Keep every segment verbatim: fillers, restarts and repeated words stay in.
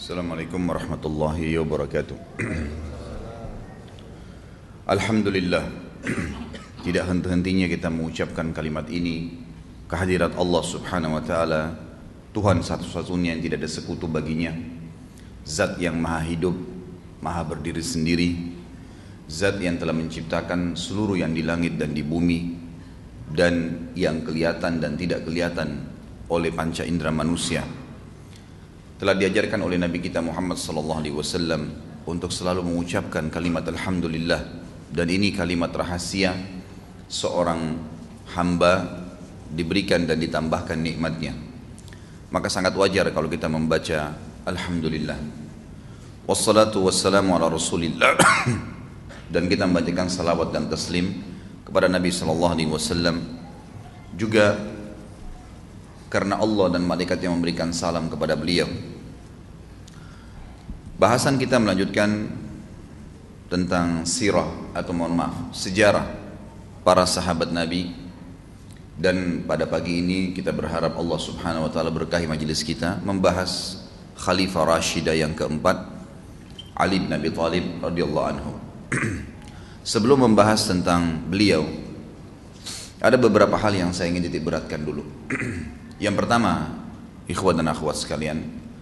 Assalamualaikum warahmatullahi wabarakatuh. Alhamdulillah, tidak henti-hentinya kita mengucapkan kalimat ini, kehadirat Allah subhanahu wa ta'ala, Tuhan satu-satunya yang tidak ada sekutu baginya, Zat yang maha hidup, maha berdiri sendiri, Zat yang telah menciptakan seluruh yang di langit dan di bumi, dan yang kelihatan dan tidak kelihatan oleh panca indera manusia. Telah diajarkan oleh Nabi kita Muhammad sallallahu alaihi wasallam untuk selalu mengucapkan kalimat Alhamdulillah, dan ini kalimat rahasia seorang hamba diberikan dan ditambahkan nikmatnya. Maka sangat wajar kalau kita membaca Alhamdulillah, wassalatu wassalamu ala rasulillah, dan kita membacakan salawat dan taslim kepada Nabi sallallahu alaihi wasallam, juga karena Allah dan malaikatnya memberikan salam kepada beliau. Bahasan kita melanjutkan tentang sirah atau mohon maaf sejarah para sahabat Nabi, dan pada pagi ini kita berharap Allah subhanahu wa ta'ala berkahi majelis kita membahas Khalifah Rashidah yang keempat, Ali bin Abi Thalib radhiyallahu anhu. Sebelum membahas tentang beliau, ada beberapa hal yang saya ingin titik beratkan dulu. Yang pertama, ikhwan dan akhwat sekalian,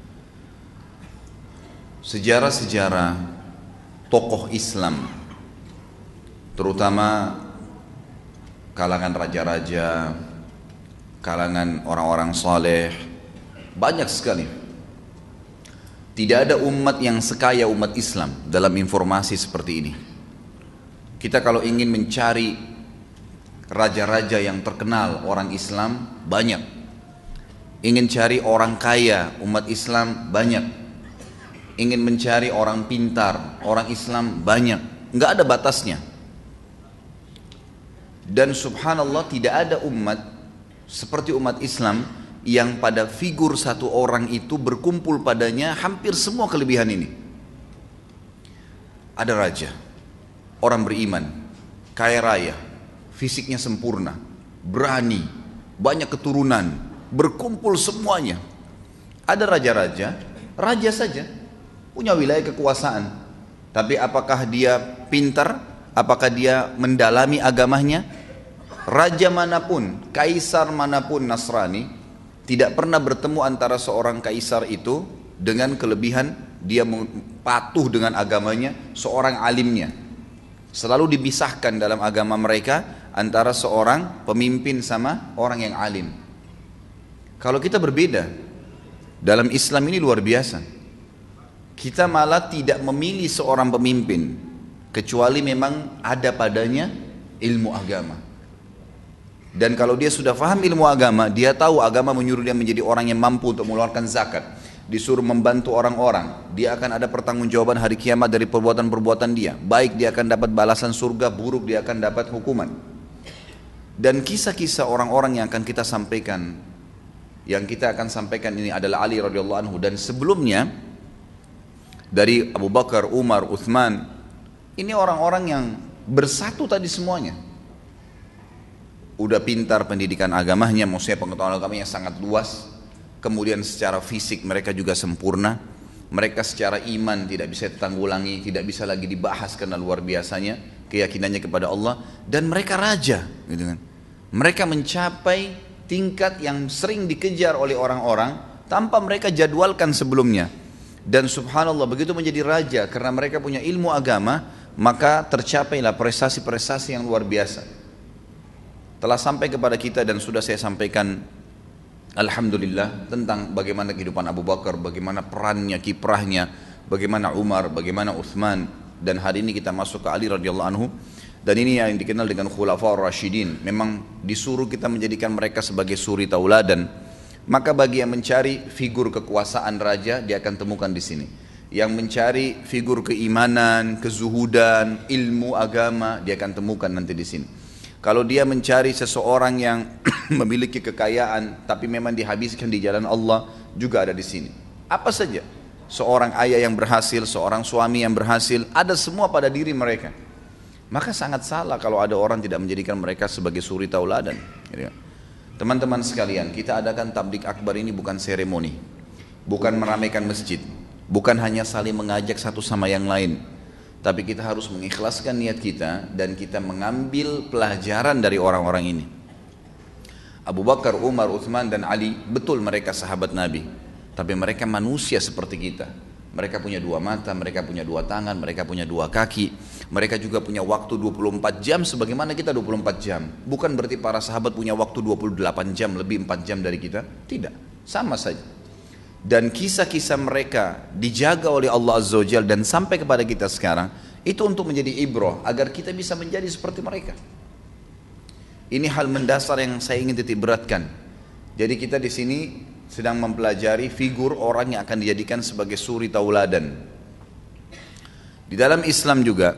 sejarah-sejarah tokoh Islam, terutama kalangan raja-raja, kalangan orang-orang saleh, banyak sekali. Tidak ada umat yang sekaya umat Islam dalam informasi seperti ini. Kita kalau ingin mencari raja-raja yang terkenal orang Islam, banyak. Ingin cari orang kaya umat Islam, banyak. Ingin mencari orang pintar orang Islam, banyak. Nggak ada batasnya. Dan subhanallah, tidak ada umat seperti umat Islam yang pada figur satu orang itu berkumpul padanya hampir semua kelebihan ini. Ada raja, orang beriman, kaya raya, fisiknya sempurna, berani, banyak keturunan, berkumpul semuanya. Ada raja-raja, raja saja, punya wilayah kekuasaan, tapi apakah dia pintar? Apakah dia mendalami agamanya? Raja manapun, kaisar manapun Nasrani, tidak pernah bertemu antara seorang kaisar itu dengan kelebihan dia patuh dengan agamanya, seorang alimnya. Selalu dipisahkan dalam agama mereka antara seorang pemimpin sama orang yang alim. Kalau kita berbeda, dalam Islam ini luar biasa. Kita malah tidak memilih seorang pemimpin kecuali memang ada padanya ilmu agama. Dan kalau dia sudah paham ilmu agama, dia tahu agama menyuruh dia menjadi orang yang mampu untuk mengeluarkan zakat, disuruh membantu orang-orang, dia akan ada pertanggungjawaban hari kiamat dari perbuatan-perbuatan dia. Baik dia akan dapat balasan surga, buruk dia akan dapat hukuman. Dan kisah-kisah orang-orang yang akan kita sampaikan, yang kita akan sampaikan ini adalah Ali radhiyallahu anhu, dan sebelumnya dari Abu Bakar, Umar, Uthman. Ini orang-orang yang bersatu tadi semuanya. Udah pintar pendidikan agamanya, maksudnya pengetahuan agamanya sangat luas. Kemudian secara fisik mereka juga sempurna. Mereka secara iman tidak bisa ditanggulangi, tidak bisa lagi dibahas karena luar biasanya keyakinannya kepada Allah. Dan mereka raja, gitu kan. Mereka mencapai tingkat yang sering dikejar oleh orang-orang tanpa mereka jadwalkan sebelumnya. Dan subhanallah, begitu menjadi raja karena mereka punya ilmu agama, maka tercapailah prestasi-prestasi yang luar biasa. Telah sampai kepada kita dan sudah saya sampaikan alhamdulillah tentang bagaimana kehidupan Abu Bakar, bagaimana perannya, kiprahnya, bagaimana Umar, bagaimana Uthman, dan hari ini kita masuk ke Ali radhiyallahu anhu. Dan ini yang dikenal dengan Khulafaur Rasyidin. Memang disuruh kita menjadikan mereka sebagai suri tauladan. Maka bagi yang mencari figur kekuasaan raja, dia akan temukan di sini. Yang mencari figur keimanan, kezuhudan, ilmu agama, dia akan temukan nanti di sini. Kalau dia mencari seseorang yang memiliki kekayaan tapi memang dihabiskan di jalan Allah, juga ada di sini. Apa saja, seorang ayah yang berhasil, seorang suami yang berhasil, ada semua pada diri mereka. Maka sangat salah kalau ada orang tidak menjadikan mereka sebagai suri tauladan. Teman-teman sekalian, kita adakan tablik akbar ini bukan seremoni, bukan meramaikan masjid. Bukan hanya saling mengajak satu sama yang lain, tapi kita harus mengikhlaskan niat kita dan kita mengambil pelajaran dari orang-orang ini. Abu Bakar, Umar, Uthman dan Ali, betul mereka sahabat Nabi, tapi mereka manusia seperti kita. Mereka punya dua mata, mereka punya dua tangan, mereka punya dua kaki. Mereka juga punya waktu dua puluh empat jam sebagaimana kita dua puluh empat jam. Bukan berarti para sahabat punya waktu dua puluh delapan jam, lebih empat jam dari kita. Tidak, sama saja. Dan kisah-kisah mereka dijaga oleh Allah Azza wa Jalla dan sampai kepada kita sekarang, itu untuk menjadi ibrah agar kita bisa menjadi seperti mereka. Ini hal mendasar yang saya ingin titik beratkan. Jadi kita di sini sedang mempelajari figur orang yang akan dijadikan sebagai suri tauladan. Di dalam Islam juga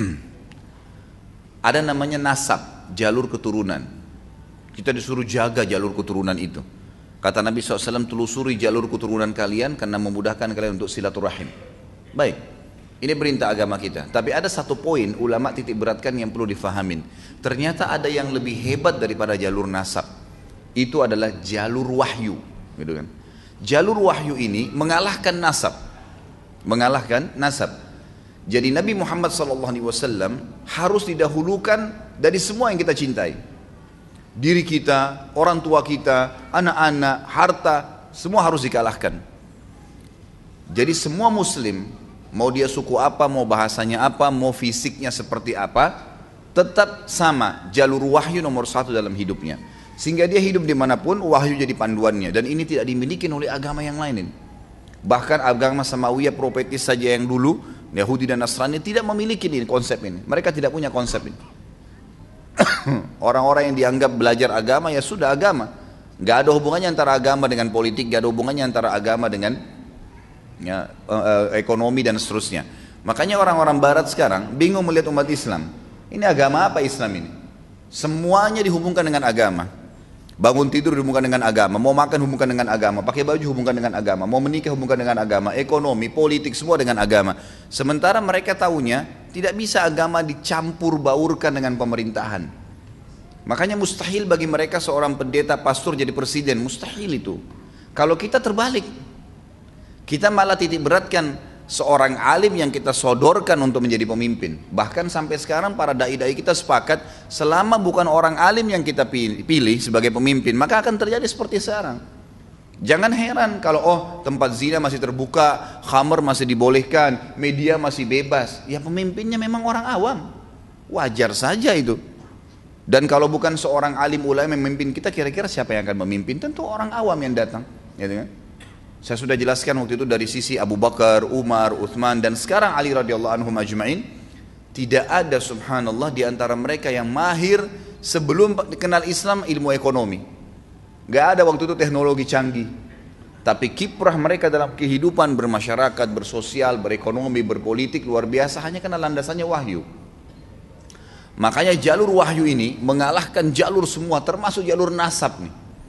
ada namanya nasab, jalur keturunan. Kita disuruh jaga jalur keturunan itu. Kata Nabi shallallahu alaihi wasallam, telusuri jalur keturunan kalian karena memudahkan kalian untuk silaturahim. Baik, ini perintah agama kita. Tapi ada satu poin ulama titik beratkan yang perlu difahamin. Ternyata ada yang lebih hebat daripada jalur nasab. Itu adalah jalur wahyu, gitu kan? Jalur wahyu ini mengalahkan nasab, mengalahkan nasab. Jadi Nabi Muhammad shallallahu alaihi wasallam harus didahulukan dari semua yang kita cintai. Diri kita, orang tua kita, anak-anak, harta, semua harus dikalahkan. Jadi semua muslim, mau dia suku apa, mau bahasanya apa, mau fisiknya seperti apa, tetap sama, jalur wahyu nomor satu dalam hidupnya. Sehingga dia hidup dimanapun, wahyu jadi panduannya. Dan ini tidak dimiliki oleh agama yang lain. Bahkan agama Samawiyah profetis saja yang dulu, Yahudi dan Nasrani tidak memiliki ini, konsep ini. Mereka tidak punya konsep ini. Orang-orang yang dianggap belajar agama, ya sudah agama. Gak ada hubungannya antara agama dengan politik, gak ada hubungannya antara agama dengan ya, ekonomi dan seterusnya. Makanya orang-orang barat sekarang bingung melihat umat Islam. Ini agama apa Islam ini? Semuanya dihubungkan dengan agama. Bangun tidur dihubungkan dengan agama, mau makan hubungkan dengan agama, pakai baju hubungkan dengan agama, mau menikah hubungkan dengan agama, ekonomi, politik, semua dengan agama. Sementara mereka tahunya tidak bisa agama dicampur baurkan dengan pemerintahan. Makanya mustahil bagi mereka seorang pendeta pastor jadi presiden, mustahil itu. Kalau kita terbalik, kita malah titik beratkan seorang alim yang kita sodorkan untuk menjadi pemimpin. Bahkan sampai sekarang para dai-dai kita sepakat, selama bukan orang alim yang kita pilih, pilih sebagai pemimpin, maka akan terjadi seperti sekarang. Jangan heran kalau oh tempat zina masih terbuka, khamr masih dibolehkan, media masih bebas. Ya pemimpinnya memang orang awam, wajar saja itu. Dan kalau bukan seorang alim ulama yang memimpin kita, kira-kira siapa yang akan memimpin? Tentu orang awam yang datang, gitu kan? Saya sudah jelaskan waktu itu dari sisi Abu Bakar, Umar, Uthman dan sekarang Ali radhiyallahu anhum ajma'in. Tidak ada subhanallah di antara mereka yang mahir sebelum dikenal Islam ilmu ekonomi. Gak ada waktu itu teknologi canggih. Tapi kiprah mereka dalam kehidupan bermasyarakat, bersosial, berekonomi, berpolitik luar biasa hanya karena landasannya wahyu. Makanya jalur wahyu ini mengalahkan jalur semua termasuk jalur nasab nih.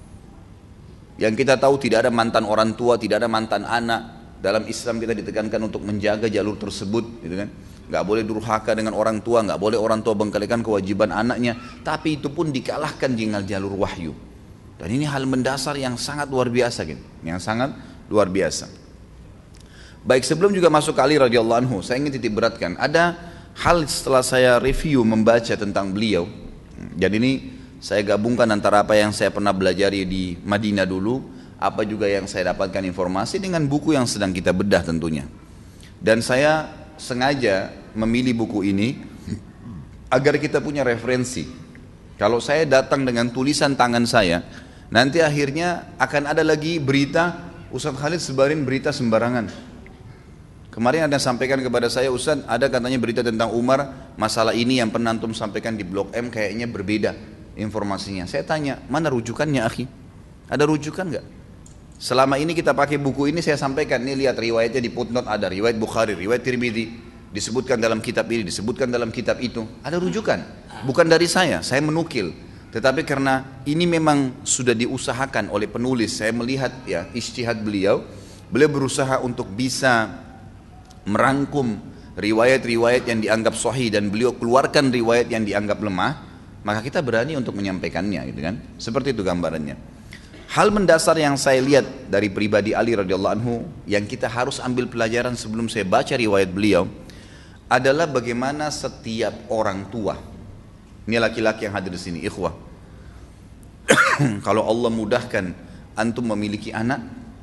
Yang kita tahu tidak ada mantan orang tua, tidak ada mantan anak. Dalam Islam kita ditekankan untuk menjaga jalur tersebut, gitu kan? Gak boleh durhaka dengan orang tua, gak boleh orang tua bengkalikan kewajiban anaknya. Tapi itu pun dikalahkan dengan jalur wahyu. Dan ini hal mendasar yang sangat luar biasa, gitu. Yang sangat luar biasa. Baik, sebelum juga masuk ke Ali radhiyallahu anhu, saya ingin titik beratkan. Ada hal setelah saya review membaca tentang beliau. Jadi ini saya gabungkan antara apa yang saya pernah belajar di Madinah dulu, apa juga yang saya dapatkan informasi dengan buku yang sedang kita bedah tentunya. Dan saya sengaja memilih buku ini agar kita punya referensi. Kalau saya datang dengan tulisan tangan saya, nanti akhirnya akan ada lagi berita, Ustadz Khalid sebarin berita sembarangan. Kemarin ada yang sampaikan kepada saya, Ustadz ada katanya berita tentang Umar, masalah ini yang pernah antum sampaikan di Blok M kayaknya berbeda informasinya. Saya tanya, mana rujukannya akhi? Ada rujukan nggak? Selama ini kita pakai buku ini saya sampaikan, nih lihat riwayatnya di footnote ada, riwayat Bukhari, riwayat Tirmidzi, disebutkan dalam kitab ini, disebutkan dalam kitab itu. Ada rujukan, bukan dari saya, saya menukil. Tetapi karena ini memang sudah diusahakan oleh penulis, saya melihat ya ijtihad beliau, beliau berusaha untuk bisa merangkum riwayat-riwayat yang dianggap sahih dan beliau keluarkan riwayat yang dianggap lemah, maka kita berani untuk menyampaikannya, gitu kan? Seperti itu gambarannya. Hal mendasar yang saya lihat dari pribadi Ali radhiyallahu anhu yang kita harus ambil pelajaran sebelum saya baca riwayat beliau adalah bagaimana setiap orang tua. Ini laki-laki yang hadir di sini, ikhwah. Kalau Allah mudahkan antum memiliki anak,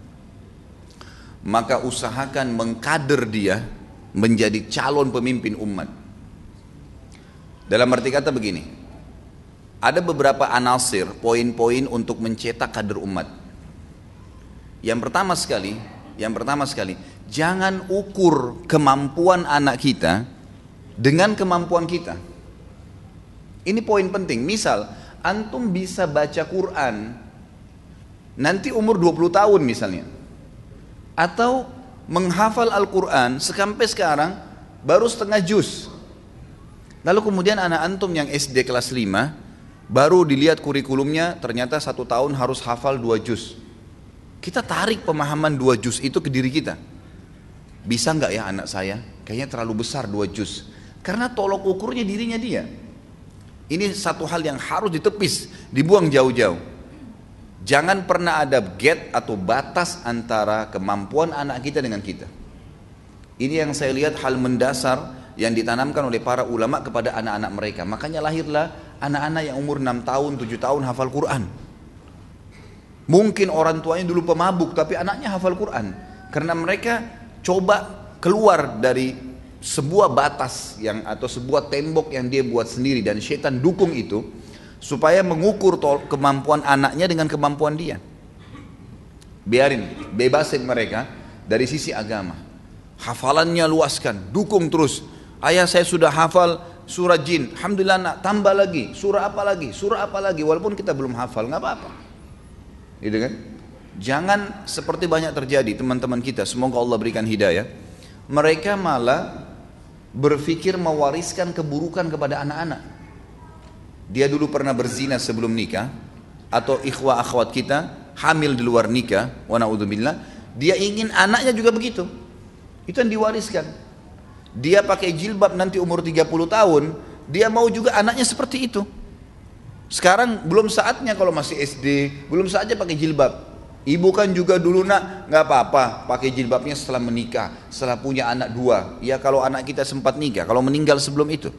maka usahakan mengkader dia menjadi calon pemimpin umat. Dalam arti kata begini, ada beberapa anasir, poin-poin untuk mencetak kader umat. Yang pertama sekali, yang pertama sekali, jangan ukur kemampuan anak kita dengan kemampuan kita. Ini poin penting. Misal, antum bisa baca Quran nanti umur dua puluh tahun misalnya. Atau menghafal Al-Quran sampai sekarang baru setengah juz. Lalu kemudian anak antum yang S D kelas lima baru dilihat kurikulumnya ternyata satu tahun harus hafal dua juz. Kita tarik pemahaman dua juz itu ke diri kita. Bisa nggak ya anak saya? Kayaknya terlalu besar dua juz. Karena tolok ukurnya dirinya dia. Ini satu hal yang harus ditepis, dibuang jauh-jauh. Jangan pernah ada gap atau batas antara kemampuan anak kita dengan kita. Ini yang saya lihat hal mendasar yang ditanamkan oleh para ulama kepada anak-anak mereka. Makanya lahirlah anak-anak yang umur enam tahun, tujuh tahun hafal Quran. Mungkin orang tuanya dulu pemabuk tapi anaknya hafal Quran. Karena mereka coba keluar dari sebuah batas yang atau sebuah tembok yang dia buat sendiri dan syaitan dukung itu supaya mengukur kemampuan anaknya dengan kemampuan dia. Biarin, bebasin mereka dari sisi agama. Hafalannya luaskan, dukung terus. Ayah saya sudah hafal surah jin, alhamdulillah nak, tambah lagi, surah apa lagi, surah apa lagi, walaupun kita belum hafal, nggak apa-apa. Gitu kan? Jangan seperti banyak terjadi teman-teman kita, semoga Allah berikan hidayah. Mereka malah berpikir mewariskan keburukan kepada anak-anak. Dia dulu pernah berzina sebelum nikah, atau ikhwah akhwat kita hamil di luar nikah, wa na'udzubillah, dia ingin anaknya juga begitu. Itu yang diwariskan. Dia pakai jilbab nanti umur tiga puluh tahun, dia mau juga anaknya seperti itu. Sekarang belum saatnya kalau masih S D, belum saatnya pakai jilbab. Ibu kan juga dulu nak, nggak apa-apa, pakai jilbabnya setelah menikah, setelah punya anak dua. Ya kalau anak kita sempat nikah, kalau meninggal sebelum itu.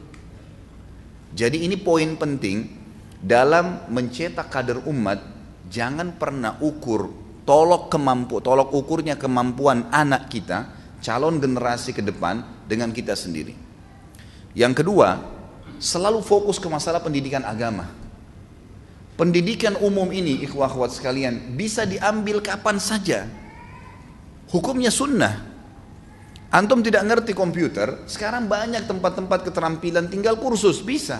Jadi ini poin penting dalam mencetak kader umat. Jangan pernah ukur tolok kemampu, tolok ukurnya kemampuan anak kita, calon generasi ke depan dengan kita sendiri. Yang kedua, selalu fokus ke masalah pendidikan agama. Pendidikan umum ini, ikhwah akhwat sekalian, bisa diambil kapan saja. Hukumnya sunnah. Antum tidak ngerti komputer, sekarang banyak tempat-tempat keterampilan, tinggal kursus, bisa.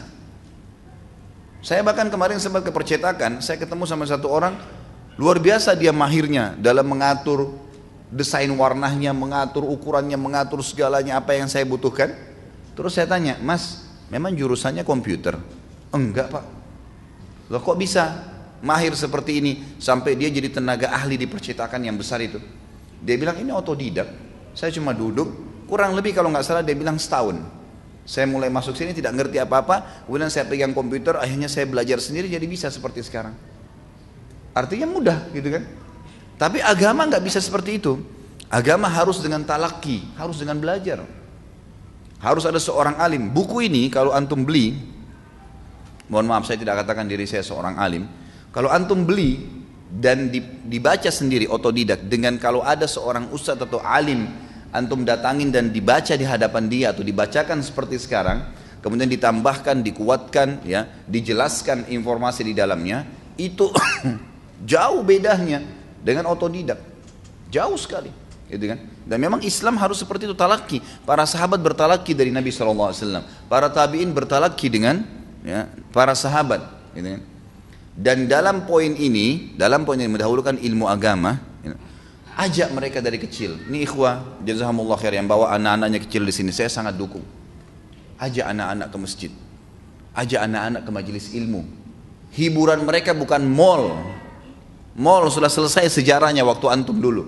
Saya bahkan kemarin sempat ke percetakan, saya ketemu sama satu orang, luar biasa dia mahirnya dalam mengatur desain warnanya, mengatur ukurannya, mengatur segalanya apa yang saya butuhkan. Terus saya tanya, mas, memang jurusannya komputer? Enggak pak. Loh kok bisa mahir seperti ini sampai dia jadi tenaga ahli di percetakan yang besar itu? Dia bilang ini otodidak, saya cuma duduk, kurang lebih kalau nggak salah dia bilang setahun. Saya mulai masuk sini tidak ngerti apa-apa, kemudian saya pegang komputer, akhirnya saya belajar sendiri jadi bisa seperti sekarang. Artinya mudah gitu kan? Tapi agama nggak bisa seperti itu. Agama harus dengan talaki, harus dengan belajar. Harus ada seorang alim. Buku ini kalau antum beli, mohon maaf saya tidak katakan diri saya seorang alim. Kalau antum beli dan dibaca sendiri otodidak, dengan kalau ada seorang ustadz atau alim antum datangin dan dibaca di hadapan dia atau dibacakan seperti sekarang, kemudian ditambahkan, dikuatkan, ya, dijelaskan informasi di dalamnya, itu jauh bedanya dengan otodidak, jauh sekali, gitu kan? Dan memang Islam harus seperti itu, talaki. Para sahabat bertalaki dari Nabi shallallahu alaihi wasallam, para tabiin bertalaki dengan, ya, para sahabat, gitu kan? Dan dalam poin ini, dalam poin ini mendahulukan ilmu agama, ya, ajak mereka dari kecil. Ini ikhwah, jazakumullah khair yang bawa anak-anaknya kecil di sini, saya sangat dukung. Ajak anak-anak ke masjid, ajak anak-anak ke majelis ilmu. Hiburan mereka bukan mall. Mall sudah selesai sejarahnya waktu antum dulu.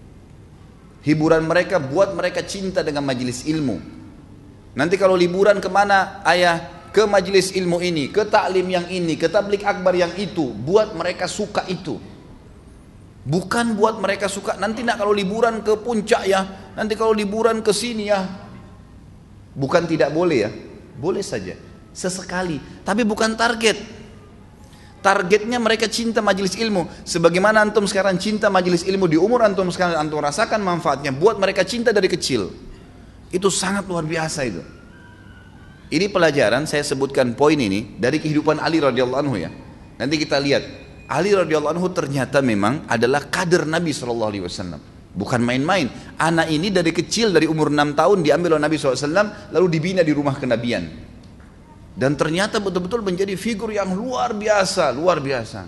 Hiburan mereka buat mereka cinta dengan majelis ilmu. Nanti kalau liburan kemana ayah? Ke majelis ilmu ini, ke taklim yang ini, ke tablik akbar yang itu, buat mereka suka itu. Bukan buat mereka suka, nanti nak kalau liburan ke puncak ya, nanti kalau liburan ke sini ya. Bukan tidak boleh ya, boleh saja, sesekali. Tapi bukan target. Targetnya mereka cinta majelis ilmu. Sebagaimana antum sekarang cinta majelis ilmu di umur antum sekarang, antum rasakan manfaatnya. Buat mereka cinta dari kecil. Itu sangat luar biasa itu. Ini pelajaran, saya sebutkan poin ini dari kehidupan Ali radhiyallahu anhu ya. Nanti kita lihat, Ali radhiyallahu anhu ternyata memang adalah kader Nabi shallallahu alaihi wasallam. Bukan main-main. Anak ini dari kecil, dari umur enam tahun diambil oleh Nabi shallallahu alaihi wasallam, lalu dibina di rumah kenabian. Dan ternyata betul-betul menjadi figur yang luar biasa, luar biasa.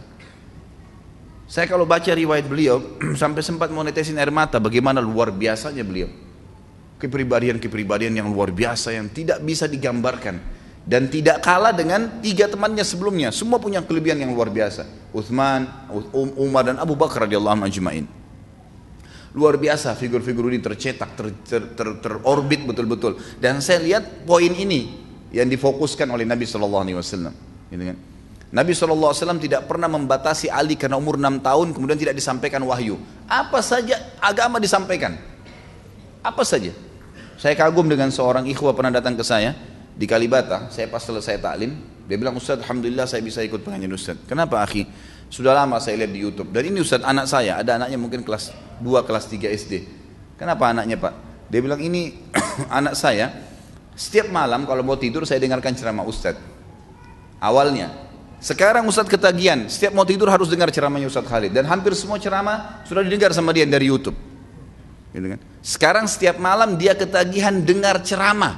Saya kalau baca riwayat beliau, sampai sempat mau netesin air mata, bagaimana luar biasanya beliau. Kepribadian-kepribadian yang luar biasa, yang tidak bisa digambarkan. Dan tidak kalah dengan tiga temannya sebelumnya. Semua punya kelebihan yang luar biasa. Uthman, Umar dan Abu Bakar radhiyallahu anhum ajma'in. Luar biasa figur-figur ini tercetak, ter, ter, ter, terorbit betul-betul. Dan saya lihat poin ini yang difokuskan oleh Nabi shallallahu alaihi wasallam. Gitu kan? Nabi shallallahu alaihi wasallam tidak pernah membatasi Ali karena umur enam tahun kemudian tidak disampaikan wahyu. Apa saja agama disampaikan. Apa saja. Saya kagum dengan seorang ikhwah pernah datang ke saya di Kalibata. Saya pas selesai taklim, dia bilang, Ustaz, alhamdulillah saya bisa ikut pengajian Ustaz. Kenapa akhi? Sudah lama saya lihat di YouTube. Dan ini Ustaz, anak saya, ada anaknya mungkin kelas dua, kelas tiga S D. Kenapa anaknya Pak? Dia bilang, ini anak saya, setiap malam kalau mau tidur saya dengarkan ceramah Ustaz. Awalnya. Sekarang Ustaz ketagihan, setiap mau tidur harus dengar ceramahnya Ustaz Khalid. Dan hampir semua ceramah sudah didengar sama dia dari YouTube. Gitu kan? Sekarang setiap malam dia ketagihan dengar ceramah.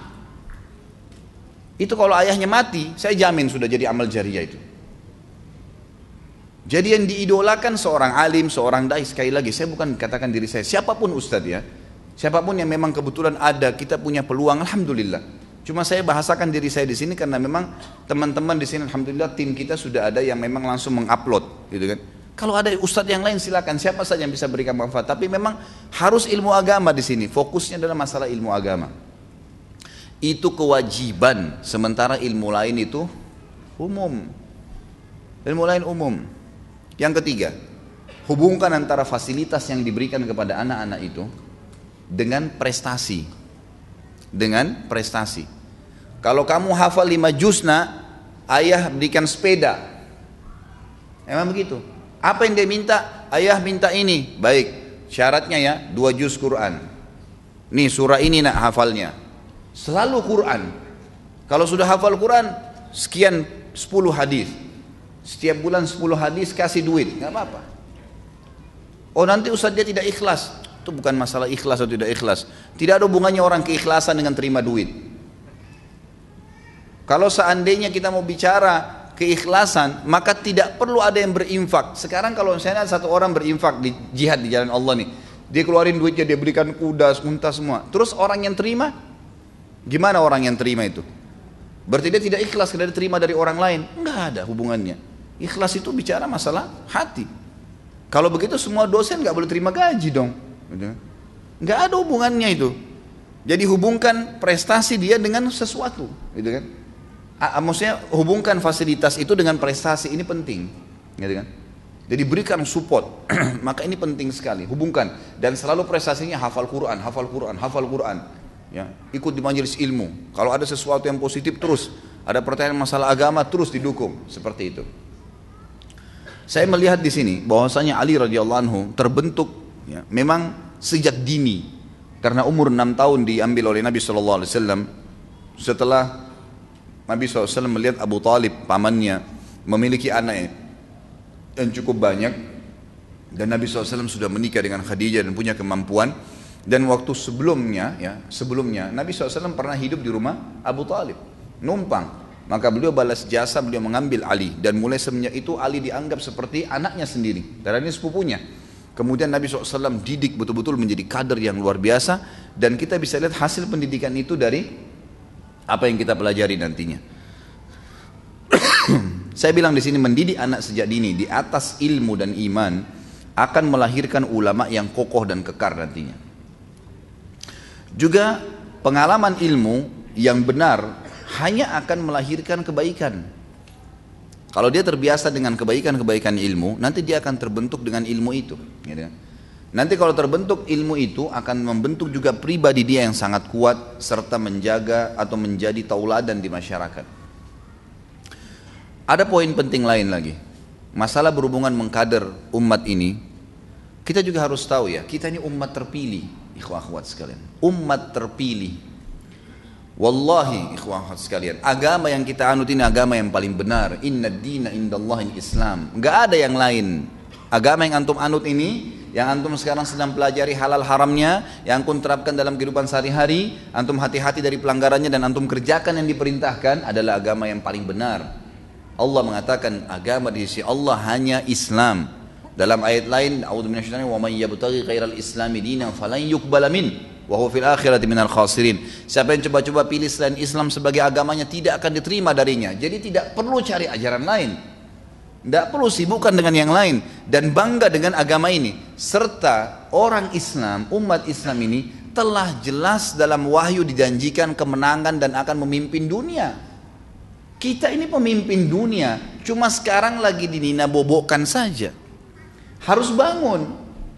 Itu kalau ayahnya mati, saya jamin sudah jadi amal jariah itu. Jadi yang diidolakan seorang alim, seorang dai, sekali lagi saya bukan katakan diri saya, siapapun ustadz ya, siapapun yang memang kebetulan ada, kita punya peluang, alhamdulillah. Cuma saya bahasakan diri saya di sini karena memang teman-teman di sini, alhamdulillah tim kita sudah ada yang memang langsung mengupload, gitu kan. Kalau ada ustadz yang lain silakan, siapa saja yang bisa berikan manfaat. Tapi memang harus ilmu agama di sini. Fokusnya adalah masalah ilmu agama. Itu kewajiban. Sementara ilmu lain itu umum. Ilmu lain umum. Yang ketiga, hubungkan antara fasilitas yang diberikan kepada anak-anak itu dengan prestasi. Dengan prestasi. Kalau kamu hafal lima juzna, ayah berikan sepeda. Emang begitu? Apa yang dia minta? Ayah minta ini. Baik, syaratnya ya dua juz Quran. Nih surah ini nak hafalnya. Selalu Quran. Kalau sudah hafal Quran, sekian sepuluh hadis. Setiap bulan sepuluh hadis kasih duit, nggak apa-apa. Oh nanti ustaz dia tidak ikhlas. Itu bukan masalah ikhlas atau tidak ikhlas. Tidak ada hubungannya orang keikhlasan dengan terima duit. Kalau seandainya kita mau bicara keikhlasan, maka tidak perlu ada yang berinfak. Sekarang kalau misalnya ada satu orang berinfak di jihad di jalan Allah nih, dia keluarin duitnya, dia berikan kuda, unta semua. Terus orang yang terima, gimana orang yang terima itu? Berarti dia tidak ikhlas karena dia terima dari orang lain. Enggak ada hubungannya. Ikhlas itu bicara masalah hati. Kalau begitu semua dosen nggak boleh terima gaji dong. Nggak ada hubungannya itu. Jadi hubungkan prestasi dia dengan sesuatu, gitu kan? Maksudnya hubungkan fasilitas itu dengan prestasi, ini penting, gitu kan? Jadi berikan support, maka ini penting sekali, hubungkan. Dan selalu prestasinya hafal Quran, hafal Quran, hafal Quran, ya. Ikut di majelis ilmu. Kalau ada sesuatu yang positif terus, ada pertanyaan masalah agama terus didukung, seperti itu. Saya melihat di sini bahwasanya Ali radhiyallahu anhu terbentuk, ya, memang sejak dini, karena umur enam tahun diambil oleh Nabi shallallahu alaihi wasallam setelah Nabi shallallahu alaihi wasallam melihat Abu Talib, pamannya, memiliki anak yang cukup banyak. Dan Nabi shallallahu alaihi wasallam sudah menikah dengan Khadijah dan punya kemampuan. Dan waktu sebelumnya, ya, sebelumnya Nabi shallallahu alaihi wasallam pernah hidup di rumah Abu Talib, numpang. Maka beliau balas jasa, beliau mengambil Ali. Dan mulai semenjak itu Ali dianggap seperti anaknya sendiri, karena ini sepupunya. Kemudian Nabi shallallahu alaihi wasallam didik betul-betul menjadi kader yang luar biasa. Dan kita bisa lihat hasil pendidikan itu dari apa yang kita pelajari nantinya. Saya bilang di sini, mendidik anak sejak dini di atas ilmu dan iman akan melahirkan ulama yang kokoh dan kekar nantinya. Juga pengalaman ilmu yang benar hanya akan melahirkan kebaikan. Kalau dia terbiasa dengan kebaikan-kebaikan ilmu, nanti dia akan terbentuk dengan ilmu itu. Gitu kan? Nanti kalau terbentuk ilmu itu akan membentuk juga pribadi dia yang sangat kuat serta menjaga atau menjadi tauladan di masyarakat. Ada poin penting lain lagi. Masalah berhubungan mengkader umat ini, kita juga harus tahu ya, kita ini umat terpilih, ikhwah akhwat sekalian. Umat terpilih. Wallahi ikhwah akhwat sekalian, agama yang kita anut ini agama yang paling benar. Inna dina indallahi Islam. Enggak ada yang lain. Agama yang antum anut ini, yang antum sekarang sedang pelajari halal haramnya, yang antum terapkan dalam kehidupan sehari-hari, antum hati-hati dari pelanggarannya dan antum kerjakan yang diperintahkan adalah agama yang paling benar. Allah mengatakan agama di sisi Allah hanya Islam. Dalam ayat lain, a'udzu minasyaitonir rajim, wa may yabtaghi ghairal islami dinan falan yuqbala min wa huwa fil akhirati minal khasirin. Siapa yang coba-coba pilih selain Islam sebagai agamanya tidak akan diterima darinya. Jadi tidak perlu cari ajaran lain. Tidak perlu sibukkan dengan yang lain dan bangga dengan agama ini. Serta orang Islam, umat Islam ini telah jelas dalam wahyu dijanjikan kemenangan dan akan memimpin dunia. Kita ini pemimpin dunia, cuma sekarang lagi dinina-bobokkan saja. Harus bangun.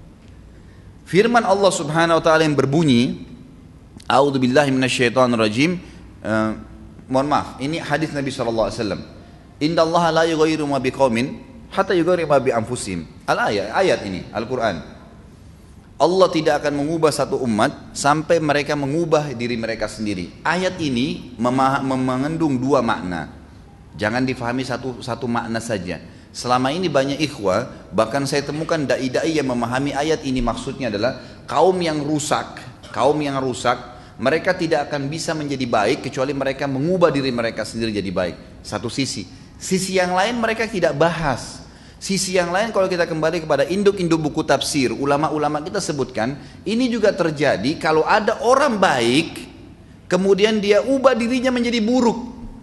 Firman Allah Subhanahu wa taala yang berbunyi, A'udzubillahi minasyaitonirrajim. Uh, mohon maaf, ini hadis Nabi sallallahu alaihi wasallam. Innallaha la yughayyiru ma biqaumin hatta yughayyiru ma bi anfusihim. Al-ayat, ayat ini Al-Qur'an. Allah tidak akan mengubah satu umat sampai mereka mengubah diri mereka sendiri. Ayat ini mengandung dua makna. Jangan difahami satu satu makna saja. Selama ini banyak ikhwah, bahkan saya temukan dai-dai yang memahami ayat ini maksudnya adalah kaum yang rusak, kaum yang rusak, mereka tidak akan bisa menjadi baik kecuali mereka mengubah diri mereka sendiri jadi baik. Satu sisi. Sisi yang lain mereka tidak bahas. Sisi yang lain kalau kita kembali kepada induk-induk buku tafsir, ulama-ulama kita sebutkan, ini juga terjadi kalau ada orang baik, kemudian dia ubah dirinya menjadi buruk.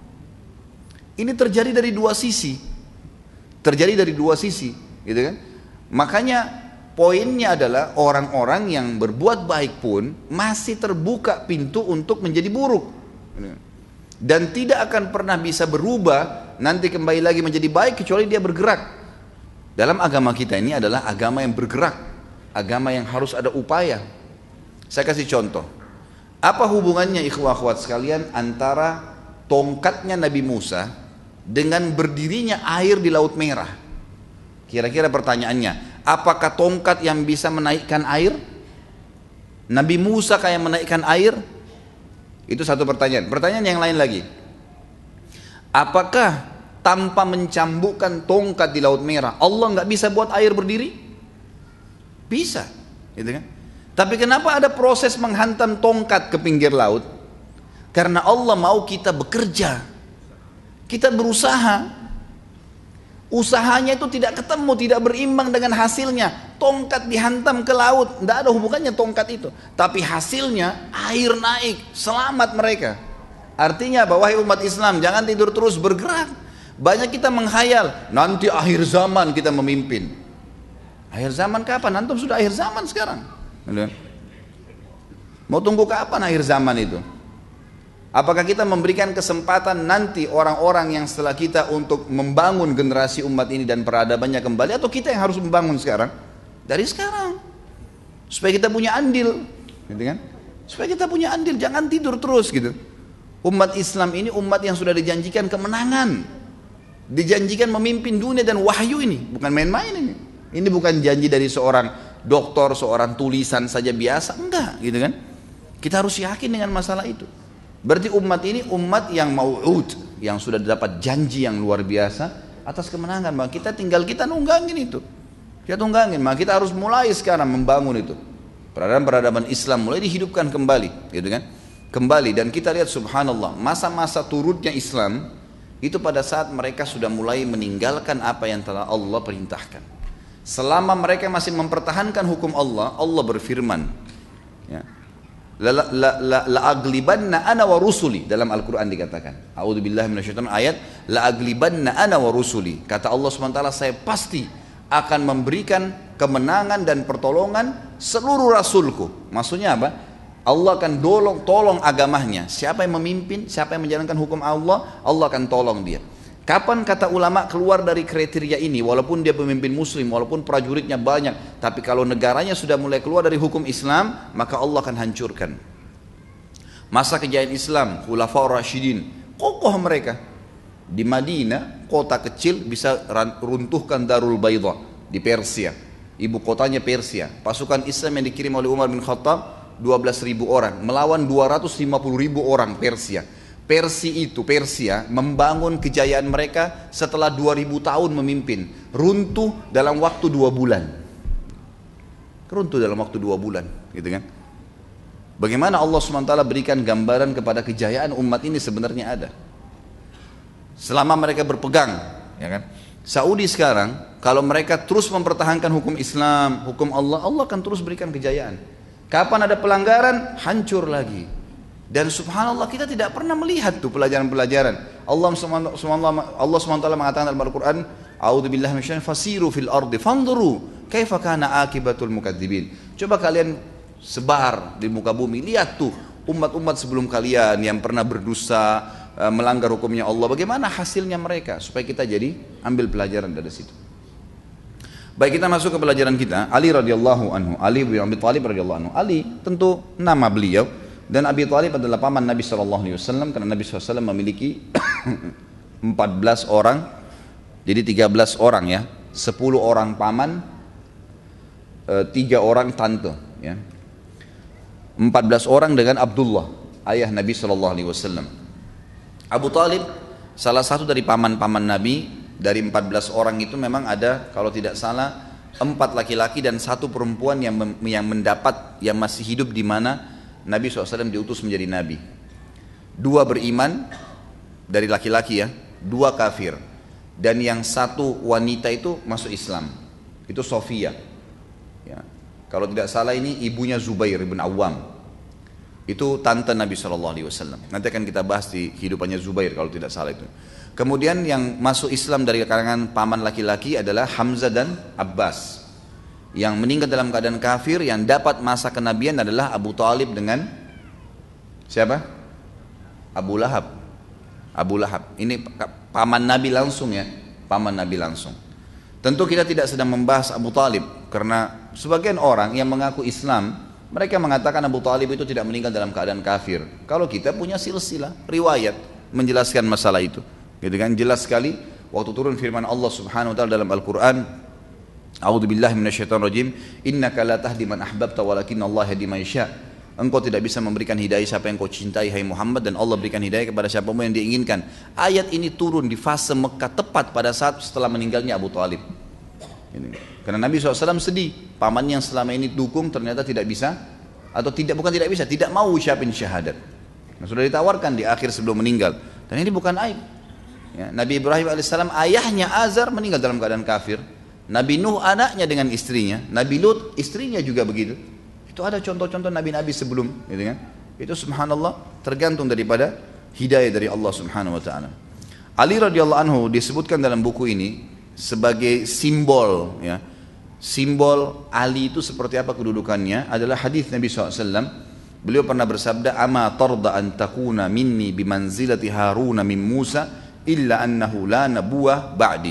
Ini terjadi dari dua sisi. Terjadi dari dua sisi, gitu kan? Makanya poinnya adalah orang-orang yang berbuat baik pun masih terbuka pintu untuk menjadi buruk. Dan tidak akan pernah bisa berubah nanti kembali lagi menjadi baik kecuali dia bergerak. Dalam agama kita ini adalah agama yang bergerak, agama yang harus ada upaya. Saya kasih contoh. Apa hubungannya ikhwah akhwat sekalian antara tongkatnya Nabi Musa dengan berdirinya air di Laut Merah? Kira-kira pertanyaannya, apakah tongkat yang bisa menaikkan air? Nabi Musa kayak menaikkan air? Itu satu pertanyaan. Pertanyaan yang lain lagi, apakah tanpa mencambukkan tongkat di Laut Merah Allah nggak bisa buat air berdiri? Bisa, gitu kan? Tapi kenapa ada proses menghantam tongkat ke pinggir laut? Karena Allah mau kita bekerja, kita berusaha. Usahanya itu tidak ketemu, tidak berimbang dengan hasilnya. Tongkat dihantam ke laut, tidak ada hubungannya tongkat itu. Tapi hasilnya air naik, selamat mereka. Artinya bahwa wahai umat Islam, jangan tidur terus, bergerak. Banyak kita menghayal, nanti akhir zaman kita memimpin. Akhir zaman kapan? Antum sudah akhir zaman sekarang. Mau tunggu kapan akhir zaman itu? Apakah kita memberikan kesempatan nanti orang-orang yang setelah kita untuk membangun generasi umat ini dan peradabannya kembali, atau kita yang harus membangun sekarang? Dari sekarang, supaya kita punya andil, gitu kan? Supaya kita punya andil, jangan tidur terus gitu. Umat Islam ini umat yang sudah dijanjikan kemenangan, dijanjikan memimpin dunia dan wahyu ini, bukan main-main ini. Ini bukan janji dari seorang dokter, seorang tulisan saja biasa, enggak, gitu kan? Kita harus yakin dengan masalah itu. Berarti umat ini umat yang mau'ud, yang sudah dapat janji yang luar biasa atas kemenangan. Maka kita tinggal kita nunggangin itu. Kita tunggangin, maka kita harus mulai sekarang membangun itu. Peradaban-peradaban Islam mulai dihidupkan kembali, gitu kan? Kembali, dan kita lihat subhanallah, masa-masa turutnya Islam itu pada saat mereka sudah mulai meninggalkan apa yang telah Allah perintahkan. Selama mereka masih mempertahankan hukum Allah, Allah berfirman, ya, la la la la, la aglibanna ana wa rusuli, dalam Al-Quran dikatakan, a'udzubillahi minasyaitonir ayat, la aglibanna ana wa rusuli, kata Allah subhanahu wa taala, saya pasti akan memberikan kemenangan dan pertolongan seluruh rasulku. Maksudnya apa? Allah akan tolong, tolong agamanya. Siapa yang memimpin, siapa yang menjalankan hukum Allah, Allah akan tolong dia. Kapan kata ulama keluar dari kriteria ini, walaupun dia pemimpin muslim, walaupun prajuritnya banyak, tapi kalau negaranya sudah mulai keluar dari hukum Islam, maka Allah akan hancurkan. Masa kejayaan Islam, Khulafaur Rasyidin, kokoh mereka. Di Madinah, kota kecil bisa runtuhkan Darul Bayda di Persia. Ibu kotanya Persia. Pasukan Islam yang dikirim oleh Umar bin Khattab dua belas ribu orang melawan dua ratus lima puluh ribu orang Persia. Persia itu, Persia membangun kejayaan mereka setelah dua ribu tahun memimpin. Runtuh dalam waktu dua bulan. Runtuh dalam waktu dua bulan, gitu kan? Bagaimana Allah subhanahu wa taala berikan gambaran kepada kejayaan umat ini sebenarnya ada. Selama mereka berpegang, ya kan? Saudi sekarang, kalau mereka terus mempertahankan hukum Islam, hukum Allah, Allah akan terus berikan kejayaan. Kapan ada pelanggaran, hancur lagi. Dan subhanallah kita tidak pernah melihat tuh pelajaran-pelajaran. Allah subhanahu Allah subhanahu wa taala mengatakan dalam Al-Qur'an, "A'udzubillahi minasyaitonir fasiru fil ardi fanzuru kaifa kana akibatul mukadzibin." Coba kalian sebar di muka bumi, lihat tuh umat-umat sebelum kalian yang pernah berdosa, melanggar hukumnya Allah, bagaimana hasilnya mereka, supaya kita jadi ambil pelajaran dari situ. Baik, kita masuk ke pelajaran kita. Ali radhiyallahu anhu, Ali bin Abi Thalib radhiyallahu anhu. Ali tentu nama beliau, dan Abi Thalib adalah paman Nabi shallallahu alaihi wasallam, karena Nabi shallallahu alaihi wasallam memiliki empat belas orang, jadi tiga belas orang ya, sepuluh orang paman, tiga orang tante ya. empat belas orang dengan Abdullah, ayah Nabi shallallahu alaihi wasallam. Abu Thalib salah satu dari paman-paman Nabi. Dari empat belas orang itu memang ada, kalau tidak salah, empat laki-laki dan satu perempuan yang yang mendapat, yang masih hidup di mana Nabi shallallahu alaihi wasallam diutus menjadi Nabi. Dua beriman dari laki-laki ya, dua kafir. Dan yang satu wanita itu masuk Islam, itu Sofia ya. Kalau tidak salah ini ibunya Zubair bin Awam, itu tante Nabi shallallahu alaihi wasallam. Nanti akan kita bahas di kehidupannya Zubair kalau tidak salah itu. Kemudian yang masuk Islam dari kalangan paman laki-laki adalah Hamzah dan Abbas. Yang meninggal dalam keadaan kafir, yang dapat masa kenabian adalah Abu Thalib dengan siapa? Abu Lahab. Abu Lahab. Ini paman Nabi langsung ya, paman Nabi langsung. Tentu kita tidak sedang membahas Abu Thalib, karena sebagian orang yang mengaku Islam, mereka mengatakan Abu Thalib itu tidak meninggal dalam keadaan kafir. Kalau kita punya silsilah riwayat menjelaskan masalah itu, gitu kan, jelas sekali. Waktu turun firman Allah Subhanahu wa taala dalam Al-Qur'an, A'udzubillahi minasyaitonir rajim, innaka la tahdi man ahbabta walakinnallaha yahdi man yasha. Engkau tidak bisa memberikan hidayah siapa yang kau cintai hai Muhammad, dan Allah berikan hidayah kepada siapa pun yang diinginkan. Ayat ini turun di fase Mekah tepat pada saat setelah meninggalnya Abu Thalib. Karena Nabi shallallahu alaihi wasallam sedih, pamannya yang selama ini dukung ternyata tidak bisa, atau tidak bukan tidak bisa, tidak mau ucapin syahadat. Nah, sudah ditawarkan di akhir sebelum meninggal, dan ini bukan aib. Ya, Nabi Ibrahim alaihissalam ayahnya Azar meninggal dalam keadaan kafir. Nabi Nuh anaknya dengan istrinya, Nabi Lut istrinya juga begitu. Itu ada contoh-contoh nabi-nabi sebelum, gitu kan? Itu subhanallah tergantung daripada hidayah dari Allah Subhanahu wa taala. Ali radhiyallahu anhu disebutkan dalam buku ini sebagai simbol ya. Simbol Ali itu seperti apa kedudukannya adalah hadis Nabi shallallahu alaihi wasallam. Beliau pernah bersabda, "Ama tarda an takuna minni bimanzilati Haruna min Musa illa annahu la nabuwah ba'di."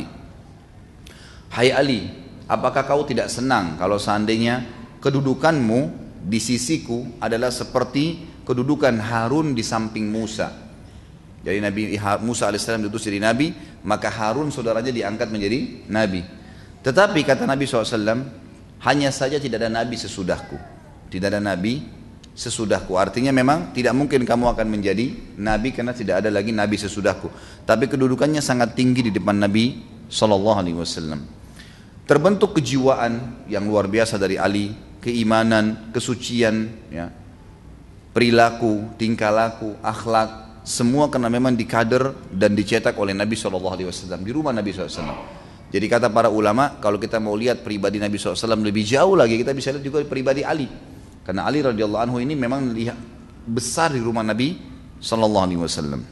Hai Ali, apakah kau tidak senang kalau seandainya kedudukanmu di sisiku adalah seperti kedudukan Harun di samping Musa. Jadi Nabi Musa alaihissalam diutus jadi Nabi, maka Harun saudaranya diangkat menjadi Nabi. Tetapi kata Nabi shallallahu alaihi wasallam, hanya saja tidak ada Nabi sesudahku. Tidak ada Nabi sesudahku. Artinya memang tidak mungkin kamu akan menjadi Nabi karena tidak ada lagi Nabi sesudahku. Tapi kedudukannya sangat tinggi di depan Nabi shallallahu alaihi wasallam. Terbentuk kejiwaan yang luar biasa dari Ali, keimanan, kesucian, ya, perilaku, tingkah laku, akhlak, semua karena memang dikader dan dicetak oleh Nabi shallallahu alaihi wasallam di rumah Nabi shallallahu alaihi wasallam. Jadi kata para ulama, kalau kita mau lihat pribadi Nabi shallallahu alaihi wasallam lebih jauh lagi, kita bisa lihat juga pribadi Ali. Karena Ali radhiyallahu anhu ini memang lihat besar di rumah Nabi shallallahu alaihi wasallam.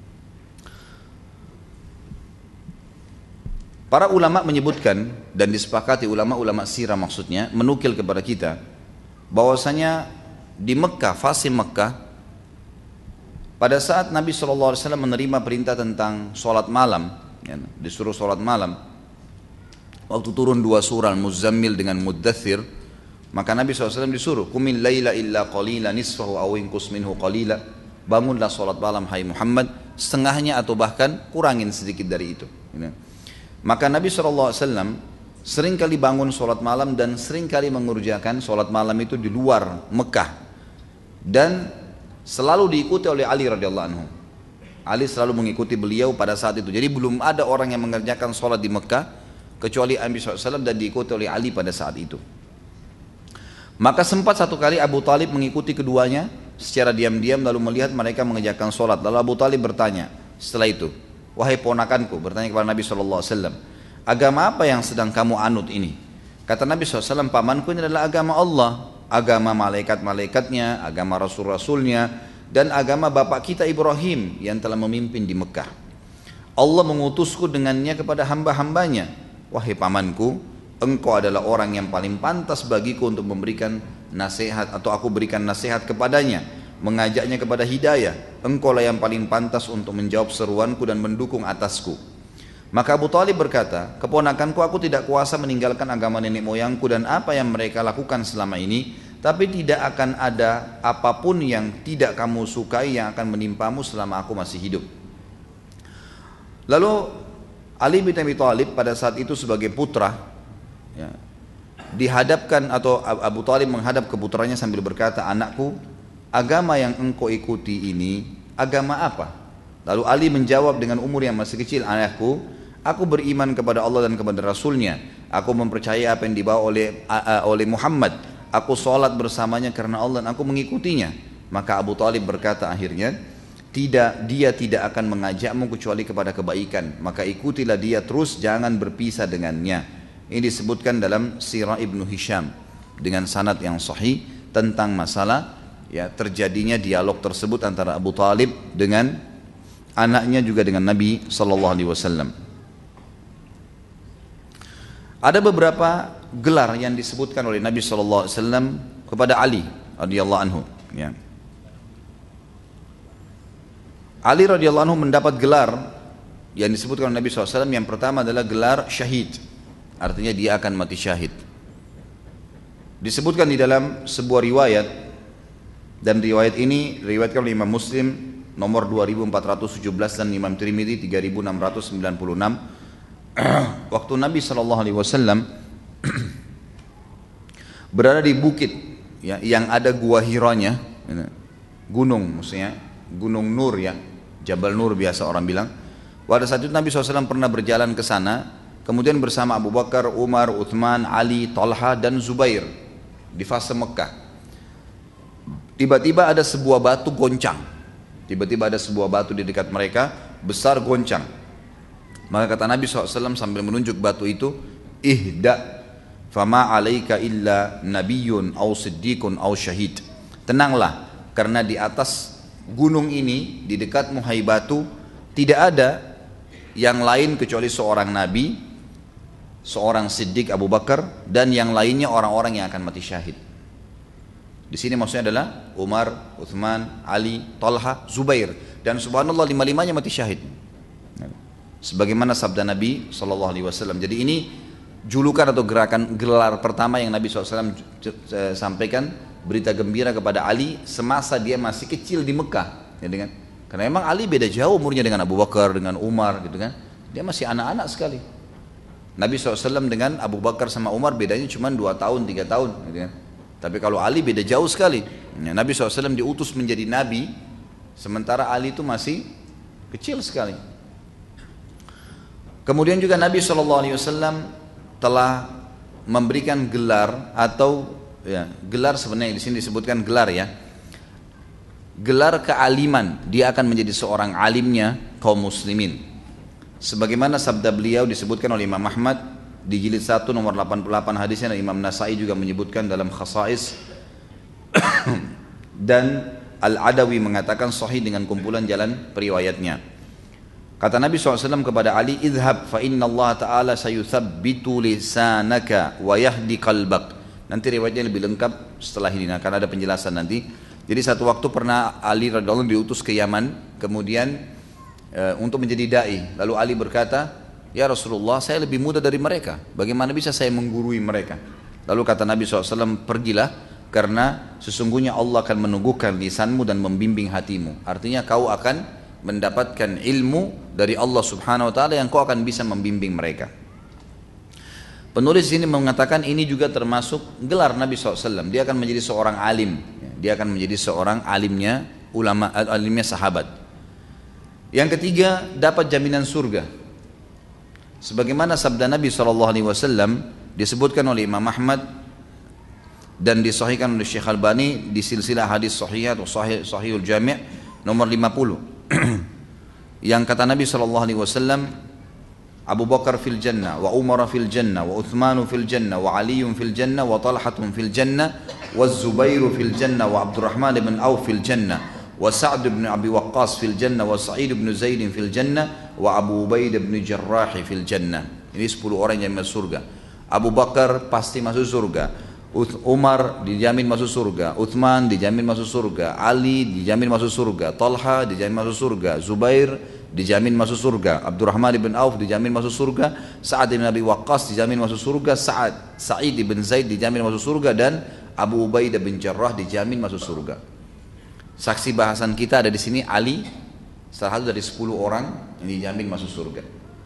Para ulama menyebutkan dan disepakati, ulama-ulama sirah maksudnya, menukil kepada kita bahwasanya di Mekah, fase Mekah, pada saat Nabi shallallahu alaihi wasallam menerima perintah tentang sholat malam, ya, disuruh sholat malam. Waktu turun dua surah Muzammil dengan Muddathir, maka Nabi shallallahu alaihi wasallam disuruh, Qumil laila illa qalila nisfahu aw inqus minhu qalila. Bangunlah sholat malam hai Muhammad, setengahnya atau bahkan kurangin sedikit dari itu. Ya. Maka Nabi shallallahu alaihi wasallam sering kali bangun sholat malam dan sering kali mengerjakan sholat malam itu di luar Mekah. Dan selalu diikuti oleh Ali radhiyallahu anhu. Ali selalu mengikuti beliau pada saat itu. Jadi belum ada orang yang mengerjakan sholat di Mekah kecuali Nabi shallallahu alaihi wasallam dan diikuti oleh Ali pada saat itu. Maka sempat satu kali Abu Talib mengikuti keduanya secara diam-diam lalu melihat mereka mengerjakan sholat. Lalu Abu Talib bertanya setelah itu, wahai ponakanku, bertanya kepada Nabi shallallahu alaihi wasallam, agama apa yang sedang kamu anut ini? Kata Nabi shallallahu alaihi wasallam, pamanku ini adalah agama Allah, agama malaikat-malaikatnya, agama rasul-rasulnya, dan agama bapak kita Ibrahim yang telah memimpin di Mekah. Allah mengutusku dengannya kepada hamba-hambanya. Wahai pamanku, engkau adalah orang yang paling pantas bagiku untuk memberikan nasihat atau aku berikan nasihat kepadanya, mengajaknya kepada hidayah. Engkau lah yang paling pantas untuk menjawab seruanku dan mendukung atasku. Maka Abu Talib berkata, keponakanku, aku tidak kuasa meninggalkan agama nenek moyangku dan apa yang mereka lakukan selama ini, tapi tidak akan ada apapun yang tidak kamu sukai yang akan menimpamu selama aku masih hidup. Lalu Ali bin Abi Thalib pada saat itu sebagai putra, ya, dihadapkan atau Abu Talib menghadap ke putranya sambil berkata, anakku, agama yang engkau ikuti ini agama apa? Lalu Ali menjawab dengan umur yang masih kecil, anakku, aku beriman kepada Allah dan kepada Rasulnya. Aku mempercayai apa yang dibawa oleh uh, oleh Muhammad. Aku sholat bersamanya karena Allah dan aku mengikutinya. Maka Abu Talib berkata akhirnya, tidak, dia tidak akan mengajakmu kecuali kepada kebaikan. Maka ikutilah dia terus, jangan berpisah dengannya. Ini disebutkan dalam Sirah Ibnu Hisham dengan sanad yang sahih tentang masalah ya terjadinya dialog tersebut antara Abu Talib dengan anaknya juga dengan Nabi Sallallahu Alaihi Wasallam. Ada beberapa gelar yang disebutkan oleh Nabi Sallallahu Alaihi Wasallam kepada Ali radhiyallahu anhu. Ya. Ali radhiyallahu anhu mendapat gelar yang disebutkan oleh Nabi Sallallahu Alaihi Wasallam. Yang pertama adalah gelar syahid, artinya dia akan mati syahid. Disebutkan di dalam sebuah riwayat, dan riwayat ini riwayatkan oleh Imam Muslim nomor dua ribu empat ratus tujuh belas dan Imam Tirmidzi tiga ribu enam ratus sembilan puluh enam. Waktu Nabi Sallallahu Alaihi Wasallam berada di bukit ya, yang ada gua Hiranya, gunung maksudnya, gunung Nur ya, Jabal Nur biasa orang bilang. Pada saat itu Nabi shallallahu alaihi wasallam pernah berjalan ke sana, kemudian bersama Abu Bakar, Umar, Uthman, Ali, Talha dan Zubair di fase Mekah. Tiba-tiba ada sebuah batu goncang, tiba-tiba ada sebuah batu di dekat mereka besar goncang. Maka kata Nabi shallallahu alaihi wasallam sambil menunjuk batu itu, ihda fama alaika illa nabiyyun aw siddiqun aw syahid. Tenanglah, karena di atas gunung ini di dekatmu hai batu tidak ada yang lain kecuali seorang nabi, seorang siddiq Abu Bakar, dan yang lainnya orang-orang yang akan mati syahid. Di sini maksudnya adalah Umar, Uthman, Ali, Talha, Zubair, dan subhanallah lima-limanya mati syahid. Sebagaimana sabda Nabi Sallallahu Alaihi Wasallam. Jadi ini julukan atau gerakan gelar pertama yang Nabi shallallahu alaihi wasallam sampaikan, berita gembira kepada Ali semasa dia masih kecil di Mekah, ya, dengan, karena memang Ali beda jauh umurnya dengan Abu Bakar, dengan Umar gitu kan, dia masih anak-anak sekali. Nabi shallallahu alaihi wasallam dengan Abu Bakar sama Umar bedanya cuma dua tahun, tiga tahun gitu kan. Tapi kalau Ali beda jauh sekali. Ya, Nabi shallallahu alaihi wasallam diutus menjadi Nabi, sementara Ali itu masih kecil sekali. Kemudian juga Nabi shallallahu alaihi wasallam telah memberikan gelar atau ya, gelar sebenarnya di sini disebutkan gelar ya, gelar kealiman. Dia akan menjadi seorang alimnya kaum muslimin. Sebagaimana sabda beliau disebutkan oleh Imam Ahmad di jilid satu nomor delapan puluh delapan hadisnya, dan Imam Nasai juga menyebutkan dalam Khasais dan Al-Adawi mengatakan sahih dengan kumpulan jalan periwayatnya. Kata Nabi shallallahu alaihi wasallam kepada Ali, idhab fa inna Allah ta'ala sayuthabbitu lisanaka wa yahdi qalbak. Nanti riwayatnya lebih lengkap setelah ini, akan ada penjelasan nanti. Jadi satu waktu pernah Ali radhiyallahu anhu diutus ke Yaman, kemudian e, untuk menjadi dai. Lalu Ali berkata, ya Rasulullah, saya lebih muda dari mereka, bagaimana bisa saya menggurui mereka? Lalu kata Nabi shallallahu alaihi wasallam, pergilah, karena sesungguhnya Allah akan meneguhkan lisanmu dan membimbing hatimu. Artinya kau akan mendapatkan ilmu dari Allah subhanahu wa ta'ala yang kau akan bisa membimbing mereka. Penulis ini mengatakan ini juga termasuk gelar Nabi shallallahu alaihi wasallam. Dia akan menjadi seorang alim. Dia akan menjadi seorang alimnya ulama, alimnya sahabat. Yang ketiga, dapat jaminan surga. Sebagaimana sabda Nabi shallallahu alaihi wasallam disebutkan oleh Imam Ahmad dan disahihkan oleh Syekh Albani di silsilah hadis sahih atau sahih sahihul jami' nomor lima puluh. Yang kata Nabi shallallahu alaihi wasallam, Abu Bakar fil jannah, wa Umar fil jannah, wa Uthman fil jannah, wa Ali fil jannah, wa Talhatun fil jannah, wa Zubair fil jannah, wa Abdurrahman bin Auf fil jannah, wa Sa'd bin Abi Waqqas fil jannah, wa Sa'id bin Zaid fil jannah, wa Abu Ubaid bin Jarrah fil jannah. Ini sepuluh orang yang masuk surga. Abu Bakar pasti masuk surga, Umar dijamin masuk surga, Uthman dijamin masuk surga, Ali dijamin masuk surga, Talha dijamin masuk surga, Zubair dijamin masuk surga, Abdurrahman bin Auf dijamin masuk surga, Sa'ad bin Abi Waqqas dijamin masuk surga, Sa'ad Sa'id bin Zaid dijamin masuk surga, dan Abu Ubaidah bin Jarrah dijamin masuk surga. Saksi bahasan kita ada di sini Ali, salah satu dari sepuluh orang yang dijamin masuk surga.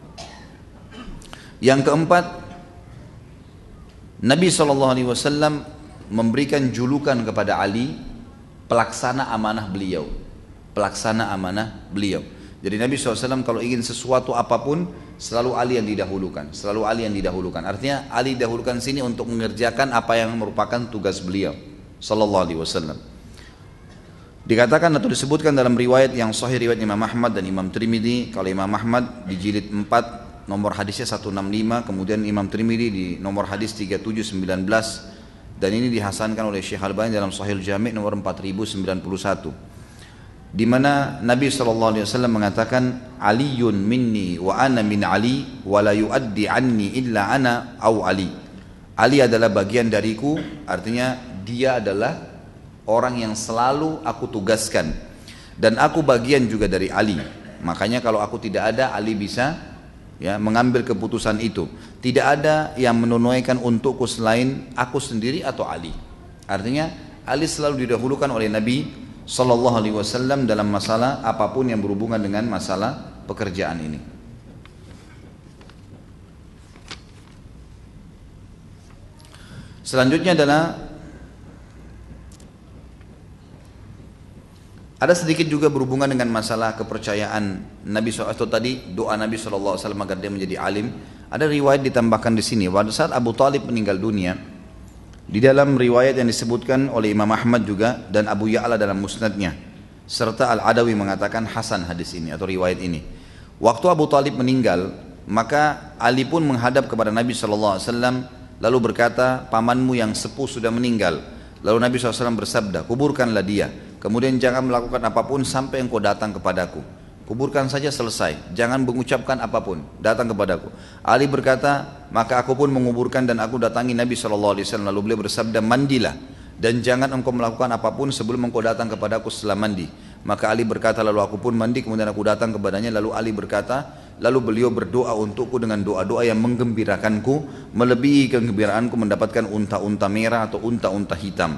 Yang keempat, Nabi shallallahu alaihi wasallam memberikan julukan kepada Ali pelaksana amanah beliau. Pelaksana amanah beliau. Jadi Nabi shallallahu alaihi wasallam kalau ingin sesuatu apapun, selalu Ali yang didahulukan. Selalu Ali yang didahulukan. Artinya Ali didahulukan sini untuk mengerjakan apa yang merupakan tugas beliau shallallahu alaihi wasallam. Dikatakan atau disebutkan dalam riwayat yang sahih, riwayat Imam Ahmad dan Imam Tirmidzi. Kalau Imam Ahmad di jilid empat nomor hadisnya seratus enam puluh lima, kemudian Imam Tirmidzi di nomor hadis tiga tujuh sembilan belas, dan ini dihasankan oleh Syekh Albani dalam Sahih Jami' nomor empat ribu sembilan puluh satu, di mana Nabi shallallahu alaihi wasallam mengatakan, Aliyun minni wa ana min Ali wa la yuaddi anni illa ana au Ali. Ali adalah bagian dariku, artinya dia adalah orang yang selalu aku tugaskan, dan aku bagian juga dari Ali. Makanya kalau aku tidak ada, Ali bisa ya mengambil keputusan itu. Tidak ada yang menunaikan untukku selain aku sendiri atau Ali. Artinya Ali selalu didahulukan oleh Nabi sallallahu alaihi wasallam dalam masalah apapun yang berhubungan dengan masalah pekerjaan ini. Selanjutnya adalah ada sedikit juga berhubungan dengan masalah kepercayaan Nabi shallallahu alaihi wasallam, atau tadi doa Nabi shallallahu alaihi wasallam agar dia menjadi alim. Ada riwayat ditambahkan di sini, pada saat Abu Talib meninggal dunia, di dalam riwayat yang disebutkan oleh Imam Ahmad juga dan Abu Ya'la dalam musnadnya, serta Al-Adawi mengatakan hasan hadis ini atau riwayat ini. Waktu Abu Talib meninggal, maka Ali pun menghadap kepada Nabi shallallahu alaihi wasallam lalu berkata, pamanmu yang sepuh sudah meninggal. Lalu Nabi shallallahu alaihi wasallam bersabda, kuburkanlah dia. Kemudian jangan melakukan apapun sampai engkau datang kepadaku. Kuburkan saja selesai, jangan mengucapkan apapun, datang kepadaku. Ali berkata, maka aku pun menguburkan dan aku datangi Nabi shallallahu alaihi wasallam. Lalu beliau bersabda, mandilah dan jangan engkau melakukan apapun sebelum engkau datang kepadaku setelah mandi. Maka Ali berkata, lalu aku pun mandi, kemudian aku datang kepadanya. Lalu Ali berkata, lalu beliau berdoa untukku dengan doa-doa yang menggembirakanku, melebihi kegembiraanku mendapatkan unta-unta merah atau unta-unta hitam.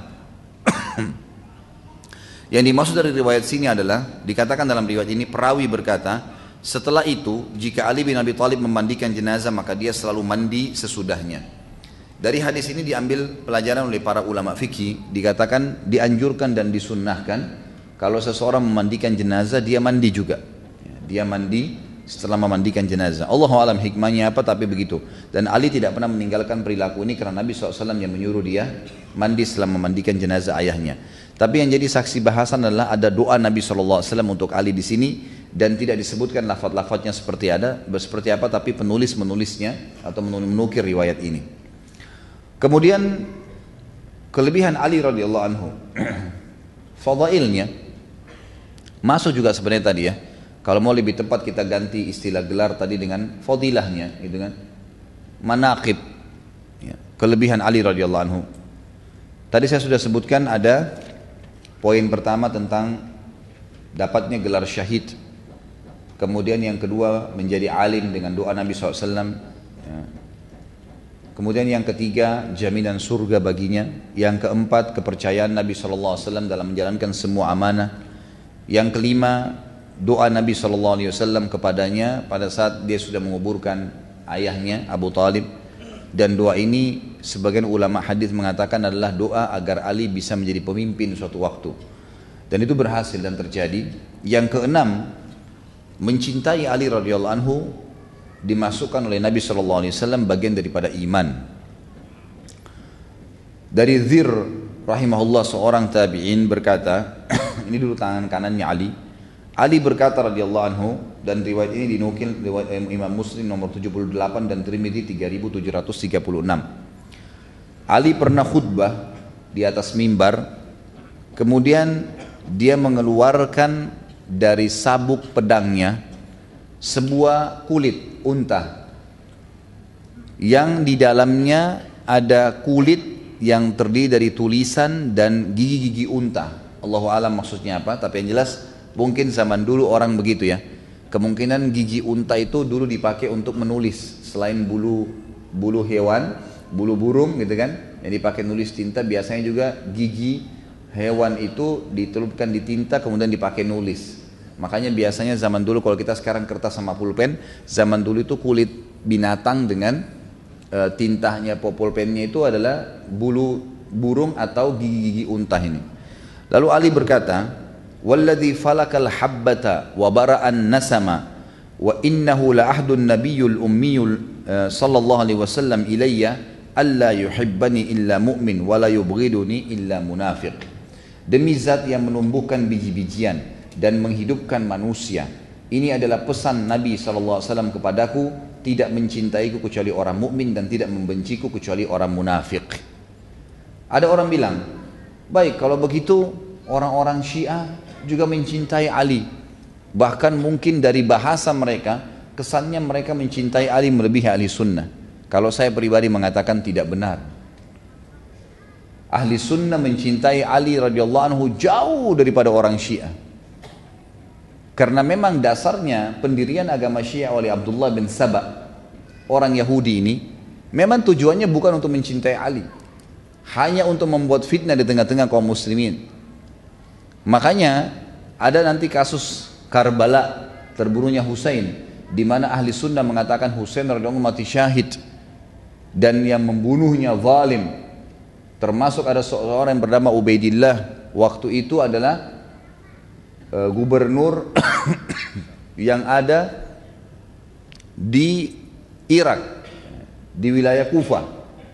Yang dimaksud dari riwayat sini adalah, dikatakan dalam riwayat ini, perawi berkata, setelah itu jika Ali bin Abi Thalib memandikan jenazah maka dia selalu mandi sesudahnya. Dari hadis ini diambil pelajaran oleh para ulama fikih, dikatakan dianjurkan dan disunnahkan kalau seseorang memandikan jenazah dia mandi juga. Dia mandi setelah memandikan jenazah. Allahu a'lam hikmahnya apa, tapi begitu. Dan Ali tidak pernah meninggalkan perilaku ini karena Nabi shallallahu alaihi wasallam yang menyuruh dia mandi setelah memandikan jenazah ayahnya. Tapi yang jadi saksi bahasan adalah ada doa Nabi shallallahu alaihi wasallam untuk Ali di sini, dan tidak disebutkan lafaz-lafaznya seperti ada, seperti apa, tapi penulis menulisnya atau menukir riwayat ini. Kemudian kelebihan Ali radhiyallahu anhu, fadailnya masuk juga sebenarnya tadi ya. Kalau mau lebih tepat kita ganti istilah gelar tadi dengan fadilahnya, gitu kan? Manaqib, ya, kelebihan Ali radhiyallahu anhu. Tadi saya sudah sebutkan ada poin pertama tentang dapatnya gelar syahid. Kemudian yang kedua menjadi alim dengan doa Nabi shallallahu alaihi wasallam. Ya. Kemudian yang ketiga jaminan surga baginya. Yang keempat kepercayaan Nabi shallallahu alaihi wasallam dalam menjalankan semua amanah. Yang kelima doa Nabi shallallahu alaihi wasallam kepadanya pada saat dia sudah menguburkan ayahnya Abu Talib. Dan doa ini sebagian ulama hadis mengatakan adalah doa agar Ali bisa menjadi pemimpin suatu waktu. Dan itu berhasil dan terjadi. Yang keenam, mencintai Ali radhiyallahu anhu dimasukkan oleh Nabi shallallahu alaihi wasallam bagian daripada iman. Dari Dzir rahimahullah seorang tabi'in berkata, ini dulu tangan kanannya Ali. Ali berkata radhiyallahu anhu, dan riwayat ini dinukil riwayat Imam Muslim nomor tujuh puluh delapan dan Tirmidzi tiga ribu tujuh ratus tiga puluh enam. Ali pernah khutbah di atas mimbar, kemudian dia mengeluarkan dari sabuk pedangnya sebuah kulit unta yang di dalamnya ada kulit yang terdiri dari tulisan dan gigi-gigi unta. Allahu a'lam maksudnya apa, tapi yang jelas mungkin zaman dulu orang begitu ya. Kemungkinan gigi unta itu dulu dipakai untuk menulis, selain bulu bulu hewan, bulu burung gitu kan, yang dipakai nulis tinta, biasanya juga gigi hewan itu ditelupkan di tinta kemudian dipakai nulis. Makanya biasanya zaman dulu kalau kita sekarang kertas sama pulpen, zaman dulu itu kulit binatang dengan e, tintanya pulpennya itu adalah bulu burung atau gigi-gigi unta ini. Lalu Ali berkata, "Walladzi falakal habbata wa bara'an nasama wa innahu la ahdun nabiyyul ummiyul uh, sallallahu alaihi wasallam ilayya alla yuhibbani illa mu'min wa la yubghiduni illa munafiq." Demi zat yang menumbuhkan biji-bijian dan menghidupkan manusia, ini adalah pesan Nabi sallallahu alaihi wasallam kepadaku, tidak mencintaiku kecuali orang mukmin dan tidak membenciku kecuali orang munafik. Ada orang bilang, baik kalau begitu orang-orang Syiah juga mencintai Ali. Bahkan mungkin dari bahasa mereka, kesannya mereka mencintai Ali melebihi ahli sunnah. Kalau saya pribadi mengatakan tidak benar. Ahli sunnah mencintai Ali radhiyallahu anhu jauh daripada orang Syiah. Karena memang dasarnya pendirian agama Syiah oleh Abdullah bin Saba, orang Yahudi ini, memang tujuannya bukan untuk mencintai Ali, hanya untuk membuat fitnah di tengah-tengah kaum muslimin. Makanya ada nanti kasus Karbala, terbunuhnya Husain, di mana ahli sunnah mengatakan Husain radhiyallahu anhu mati syahid dan yang membunuhnya zalim. Termasuk ada seorang yang bernama Ubaidillah, waktu itu adalah uh, gubernur yang ada di Irak, di wilayah Kufah,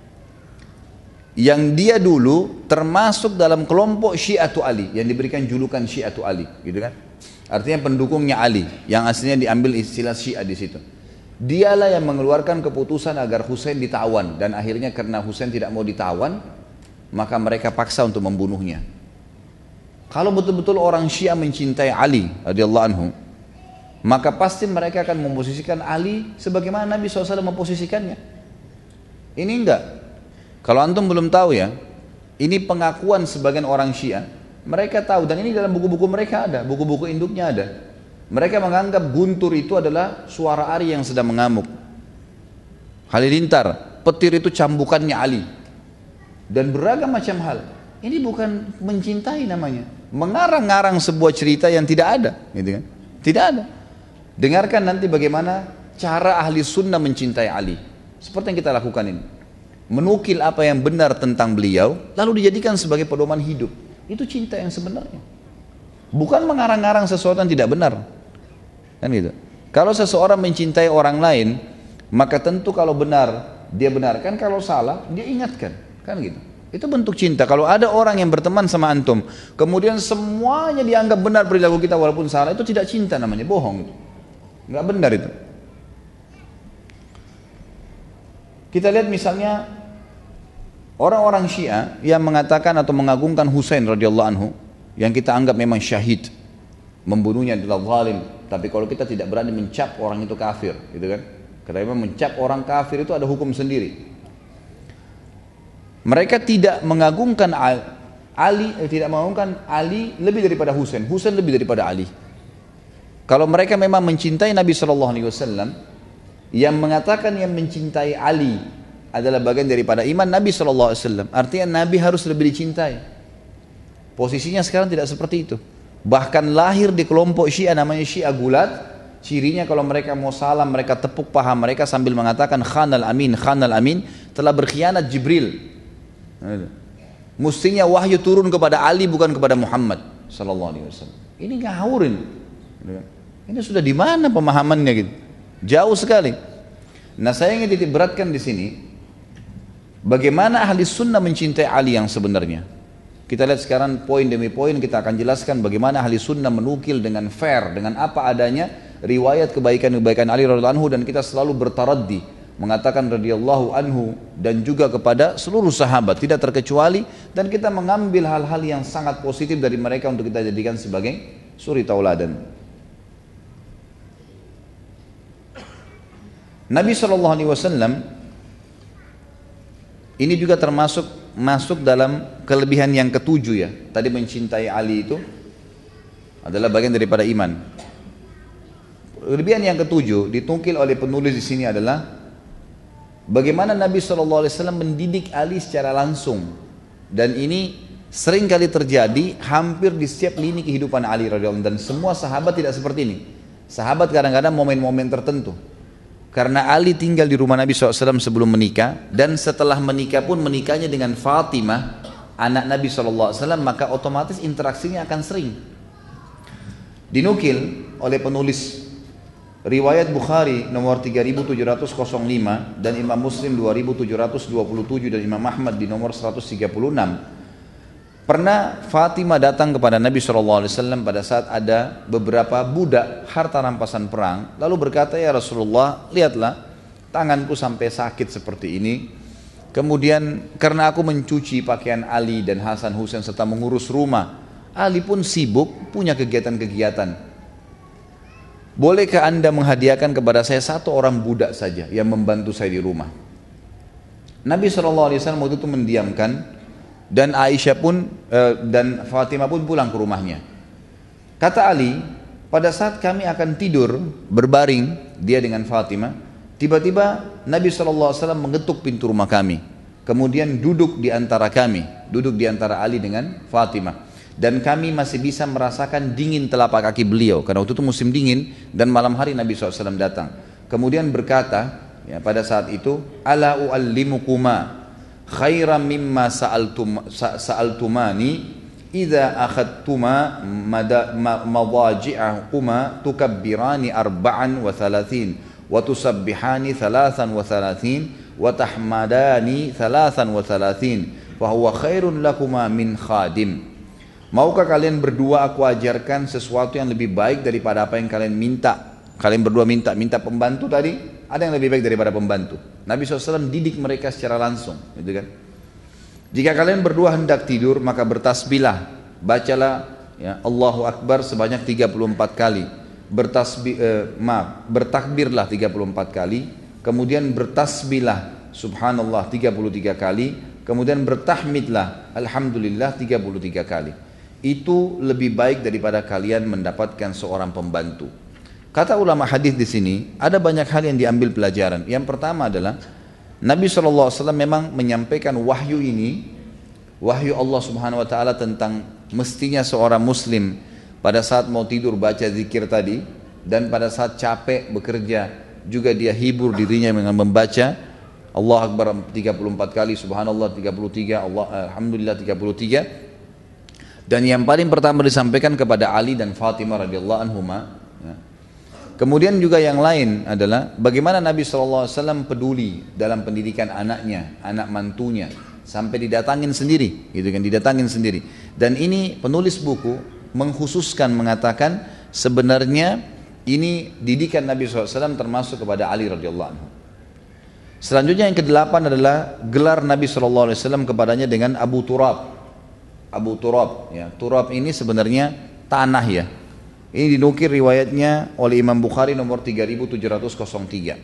yang dia dulu termasuk dalam kelompok Syiatu Ali, yang diberikan julukan Syiatu Ali, gitu kan? Artinya pendukungnya Ali, yang aslinya diambil istilah Syiah di situ. Dialah yang mengeluarkan keputusan agar Husain ditawan, dan akhirnya karena Husain tidak mau ditawan, maka mereka paksa untuk membunuhnya. Kalau betul-betul orang Syiah mencintai Ali radhiyallahu anhu, maka pasti mereka akan memposisikan Ali sebagaimana Nabi shallallahu alaihi wasallam memposisikannya. Ini enggak. Kalau antum belum tahu ya, ini pengakuan sebagian orang Syiah. Mereka tahu, dan ini dalam buku-buku mereka ada, buku-buku induknya ada. Mereka menganggap guntur itu adalah suara Ari yang sedang mengamuk. Halilintar, petir itu cambukannya Ali. Dan beragam macam hal. Ini bukan mencintai namanya, mengarang-arang sebuah cerita yang tidak ada, gitu kan? Tidak ada. Dengarkan nanti bagaimana cara ahli sunnah mencintai Ali. Seperti yang kita lakukan ini. Menukil apa yang benar tentang beliau, lalu dijadikan sebagai pedoman hidup. Itu cinta yang sebenarnya. Bukan mengarang-arang sesuatu yang tidak benar. Kan gitu. Kalau seseorang mencintai orang lain, maka tentu kalau benar, dia benarkan. Kalau salah, dia ingatkan. Kan gitu. Itu bentuk cinta. Kalau ada orang yang berteman sama antum, kemudian semuanya dianggap benar perilaku kita walaupun salah, itu tidak cinta namanya, bohong itu. Nggak benar itu. Kita lihat misalnya orang-orang Syiah yang mengatakan atau mengagungkan Husain radhiyallahu anhu, yang kita anggap memang syahid, membunuhnya adalah zalim, tapi kalau kita tidak berani mencap orang itu kafir, gitu kan? Karena memang mencap orang kafir itu ada hukum sendiri. Mereka tidak mengagungkan Ali, eh, tidak mengagungkan Ali lebih daripada Husain, Husain lebih daripada Ali. Kalau mereka memang mencintai Nabi shallallahu alaihi wasallam, yang mengatakan yang mencintai Ali adalah bagian daripada iman Nabi shallallahu alaihi wasallam, artinya Nabi harus lebih dicintai. Posisinya sekarang tidak seperti itu. Bahkan lahir di kelompok Syiah namanya Syiah Gulat. Cirinya kalau mereka mau salam, mereka tepuk paha mereka sambil mengatakan Khanal Amin, Khanal Amin, telah berkhianat Jibril. Mestinya wahyu turun kepada Ali bukan kepada Muhammad sallallahu alaihi wasallam. Ini ngawurin. Ini sudah di mana pemahamannya gitu? Jauh sekali. Nah, saya ingin titik beratkan di sini bagaimana ahli sunnah mencintai Ali yang sebenarnya. Kita lihat sekarang poin demi poin, kita akan jelaskan bagaimana ahli sunnah menukil dengan fair, dengan apa adanya riwayat kebaikan-kebaikan Ali radhiyallahu anhu, dan kita selalu bertaraddi mengatakan radhiyallahu anhu dan juga kepada seluruh sahabat tidak terkecuali, dan kita mengambil hal-hal yang sangat positif dari mereka untuk kita jadikan sebagai suri tauladan. Nabi shallallahu alaihi wasallam ini juga termasuk masuk dalam kelebihan yang ketujuh ya. Tadi mencintai Ali itu adalah bagian daripada iman. Kelebihan yang ketujuh ditungkil oleh penulis di sini adalah bagaimana Nabi shallallahu alaihi wasallam mendidik Ali secara langsung, dan ini sering kali terjadi hampir di setiap lini kehidupan Ali radhiyallahu anhu, dan semua sahabat tidak seperti ini. Sahabat kadang-kadang momen-momen tertentu. Karena Ali tinggal di rumah Nabi shallallahu alaihi wasallam sebelum menikah, dan setelah menikah pun menikahnya dengan Fatimah, anak Nabi shallallahu alaihi wasallam, maka otomatis interaksinya akan sering. Dinukil oleh penulis riwayat Bukhari nomor tiga ribu tujuh ratus lima dan Imam Muslim dua ribu tujuh ratus dua puluh tujuh dan Imam Ahmad di nomor seratus tiga puluh enam. Pernah Fatimah datang kepada Nabi shallallahu alaihi wasallam pada saat ada beberapa budak harta rampasan perang, lalu berkata, ya Rasulullah, lihatlah tanganku sampai sakit seperti ini, kemudian karena aku mencuci pakaian Ali dan Hasan Husain serta mengurus rumah, Ali pun sibuk punya kegiatan-kegiatan, bolehkah anda menghadiahkan kepada saya satu orang budak saja yang membantu saya di rumah? Nabi shallallahu alaihi wasallam waktu itu mendiamkan, dan Aisyah pun eh, dan Fatimah pun pulang ke rumahnya. Kata Ali, pada saat kami akan tidur berbaring dia dengan Fatimah, tiba-tiba Nabi shallallahu alaihi wasallam mengetuk pintu rumah kami, kemudian duduk di antara kami, duduk di antara Ali dengan Fatimah, dan kami masih bisa merasakan dingin telapak kaki beliau karena waktu itu musim dingin dan malam hari Nabi shallallahu alaihi wasallam datang. Kemudian berkata ya, pada saat itu, ala uallimukuma khairan mimma sa'altum sa'altumani idza akhadtuma madaji'ahuma tukabbirani arba'an wa thalathin wa tusabbihani thalathan wa thalathin wa tahmadani thalathan wa thalathin fa huwa khairun lakuma min khadim. Maukah kalian berdua aku ajarkan sesuatu yang lebih baik daripada apa yang kalian minta? Kalian berdua minta minta pembantu tadi, ada yang lebih baik daripada pembantu. Nabi shallallahu alaihi wasallam didik mereka secara langsung, gitu kan? Jika kalian berdua hendak tidur, maka bertasbihlah, bacalah ya, Allahu Akbar sebanyak tiga puluh empat kali, bertasbih, eh, maaf, bertakbirlah tiga puluh empat kali, kemudian bertasbihlah Subhanallah tiga puluh tiga kali, kemudian bertahmidlah Alhamdulillah tiga puluh tiga kali. Itu lebih baik daripada kalian mendapatkan seorang pembantu. Kata ulama hadis di sini ada banyak hal yang diambil pelajaran. Yang pertama adalah Nabi shallallahu alaihi wasallam memang menyampaikan wahyu ini, wahyu Allah Subhanahu Wa Taala tentang mestinya seorang Muslim pada saat mau tidur baca zikir tadi, dan pada saat capek bekerja juga dia hibur dirinya dengan membaca Allah Akbar tiga puluh empat kali, Subhanallah tiga puluh tiga, Allah Alhamdulillah tiga puluh tiga. Dan yang paling pertama disampaikan kepada Ali dan Fatimah radhiyallahu anhuma. Ya. Kemudian juga yang lain adalah bagaimana Nabi shallallahu alaihi wasallam peduli dalam pendidikan anaknya, anak mantunya, sampai didatangin sendiri, gitu kan, didatangin sendiri. Dan ini penulis buku mengkhususkan mengatakan sebenarnya ini didikan Nabi shallallahu alaihi wasallam termasuk kepada Ali radhiyallahu anhu. Selanjutnya yang kedelapan adalah gelar Nabi shallallahu alaihi wasallam kepadanya dengan Abu Turab. Abu Turab, ya. Turab ini sebenarnya tanah ya. Ini dinukir riwayatnya oleh Imam Bukhari nomor tiga ribu tujuh ratus tiga.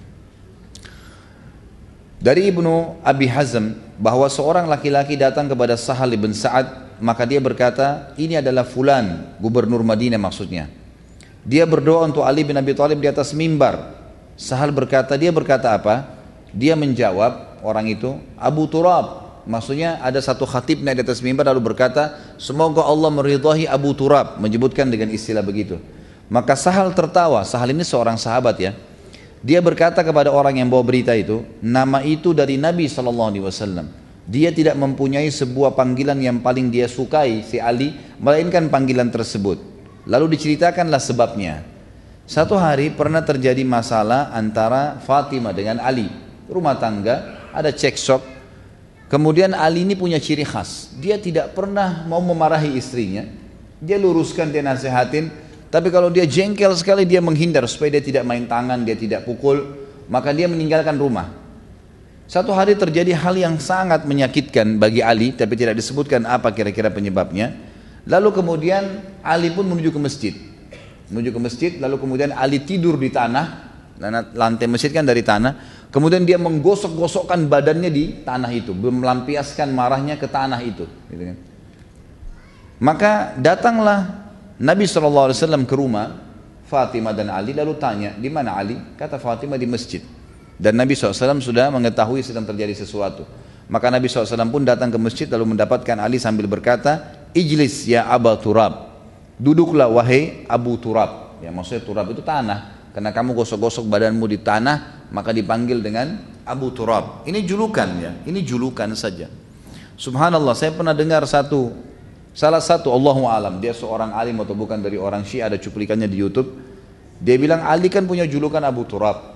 Dari Ibnu Abi Hazm bahwa seorang laki-laki datang kepada Sahal bin Sa'ad, maka dia berkata, ini adalah fulan, gubernur Madinah maksudnya. Dia berdoa untuk Ali bin Abi Thalib di atas mimbar. Sahal berkata, dia berkata apa? Dia menjawab orang itu, Abu Turab. Maksudnya ada satu khatib naik di atas mimbar lalu berkata, semoga Allah meridhahi Abu Turab, menyebutkan dengan istilah begitu. Maka Sahal tertawa. Sahal ini seorang sahabat ya. Dia berkata kepada orang yang bawa berita itu, nama itu dari Nabi shallallahu alaihi wasallam. Dia tidak mempunyai sebuah panggilan yang paling dia sukai, si Ali, melainkan panggilan tersebut. Lalu diceritakanlah sebabnya. Satu hari pernah terjadi masalah antara Fatimah dengan Ali. Rumah tangga, ada cekcok. Kemudian Ali ini punya ciri khas. Dia tidak pernah mau memarahi istrinya. Dia luruskan, dia nasihatin. Tapi kalau dia jengkel sekali, dia menghindar supaya dia tidak main tangan, dia tidak pukul. Maka dia meninggalkan rumah. Satu hari terjadi hal yang sangat menyakitkan bagi Ali, tapi tidak disebutkan apa kira-kira penyebabnya. Lalu kemudian Ali pun menuju ke masjid. Menuju ke masjid, lalu kemudian Ali tidur di tanah. Lantai masjid kan dari tanah. Kemudian dia menggosok-gosokkan badannya di tanah itu, melampiaskan marahnya ke tanah itu. Gitu kan. Maka datanglah Nabi shallallahu alaihi wasallam ke rumah Fatimah dan Ali, lalu tanya, di mana Ali? Kata Fatimah, di masjid. Dan Nabi shallallahu alaihi wasallam sudah mengetahui sedang terjadi sesuatu. Maka Nabi shallallahu alaihi wasallam pun datang ke masjid lalu mendapatkan Ali sambil berkata, Ijlis ya Aba Turab, duduklah wahai Abu Turab. Ya, maksudnya Turab itu tanah, karena kamu gosok-gosok badanmu di tanah, maka dipanggil dengan Abu Turab. Ini julukan ya, ini julukan saja. Subhanallah, saya pernah dengar satu, salah satu, Allahu alam, dia seorang alim atau bukan dari orang Syiah, ada cuplikannya di YouTube. Dia bilang Ali kan punya julukan Abu Turab.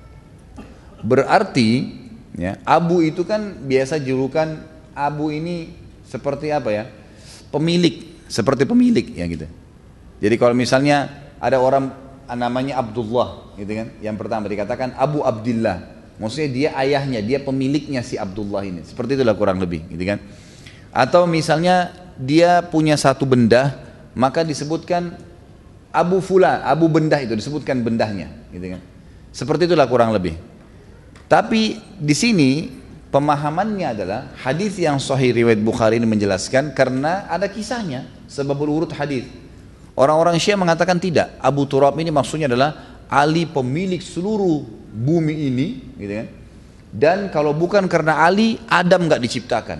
Berarti ya, Abu itu kan biasa julukan Abu ini seperti apa ya? Pemilik, seperti pemilik ya gitu. Jadi kalau misalnya ada orang namanya Abdullah gitu kan, yang pertama dikatakan Abu Abdillah, maksudnya dia ayahnya, dia pemiliknya si Abdullah ini. Seperti itulah kurang lebih gitu kan. Atau misalnya dia punya satu benda, maka disebutkan Abu Fulan, Abu Bendah, itu disebutkan bendahnya gitu kan. Seperti itulah kurang lebih. Tapi di sini pemahamannya adalah hadis yang sahih riwayat Bukhari ini menjelaskan karena ada kisahnya, sebabul urut hadis. Orang-orang Syiah mengatakan tidak. Abu Turab ini maksudnya adalah Ali pemilik seluruh bumi ini, gitu kan? Dan kalau bukan karena Ali, Adam nggak diciptakan.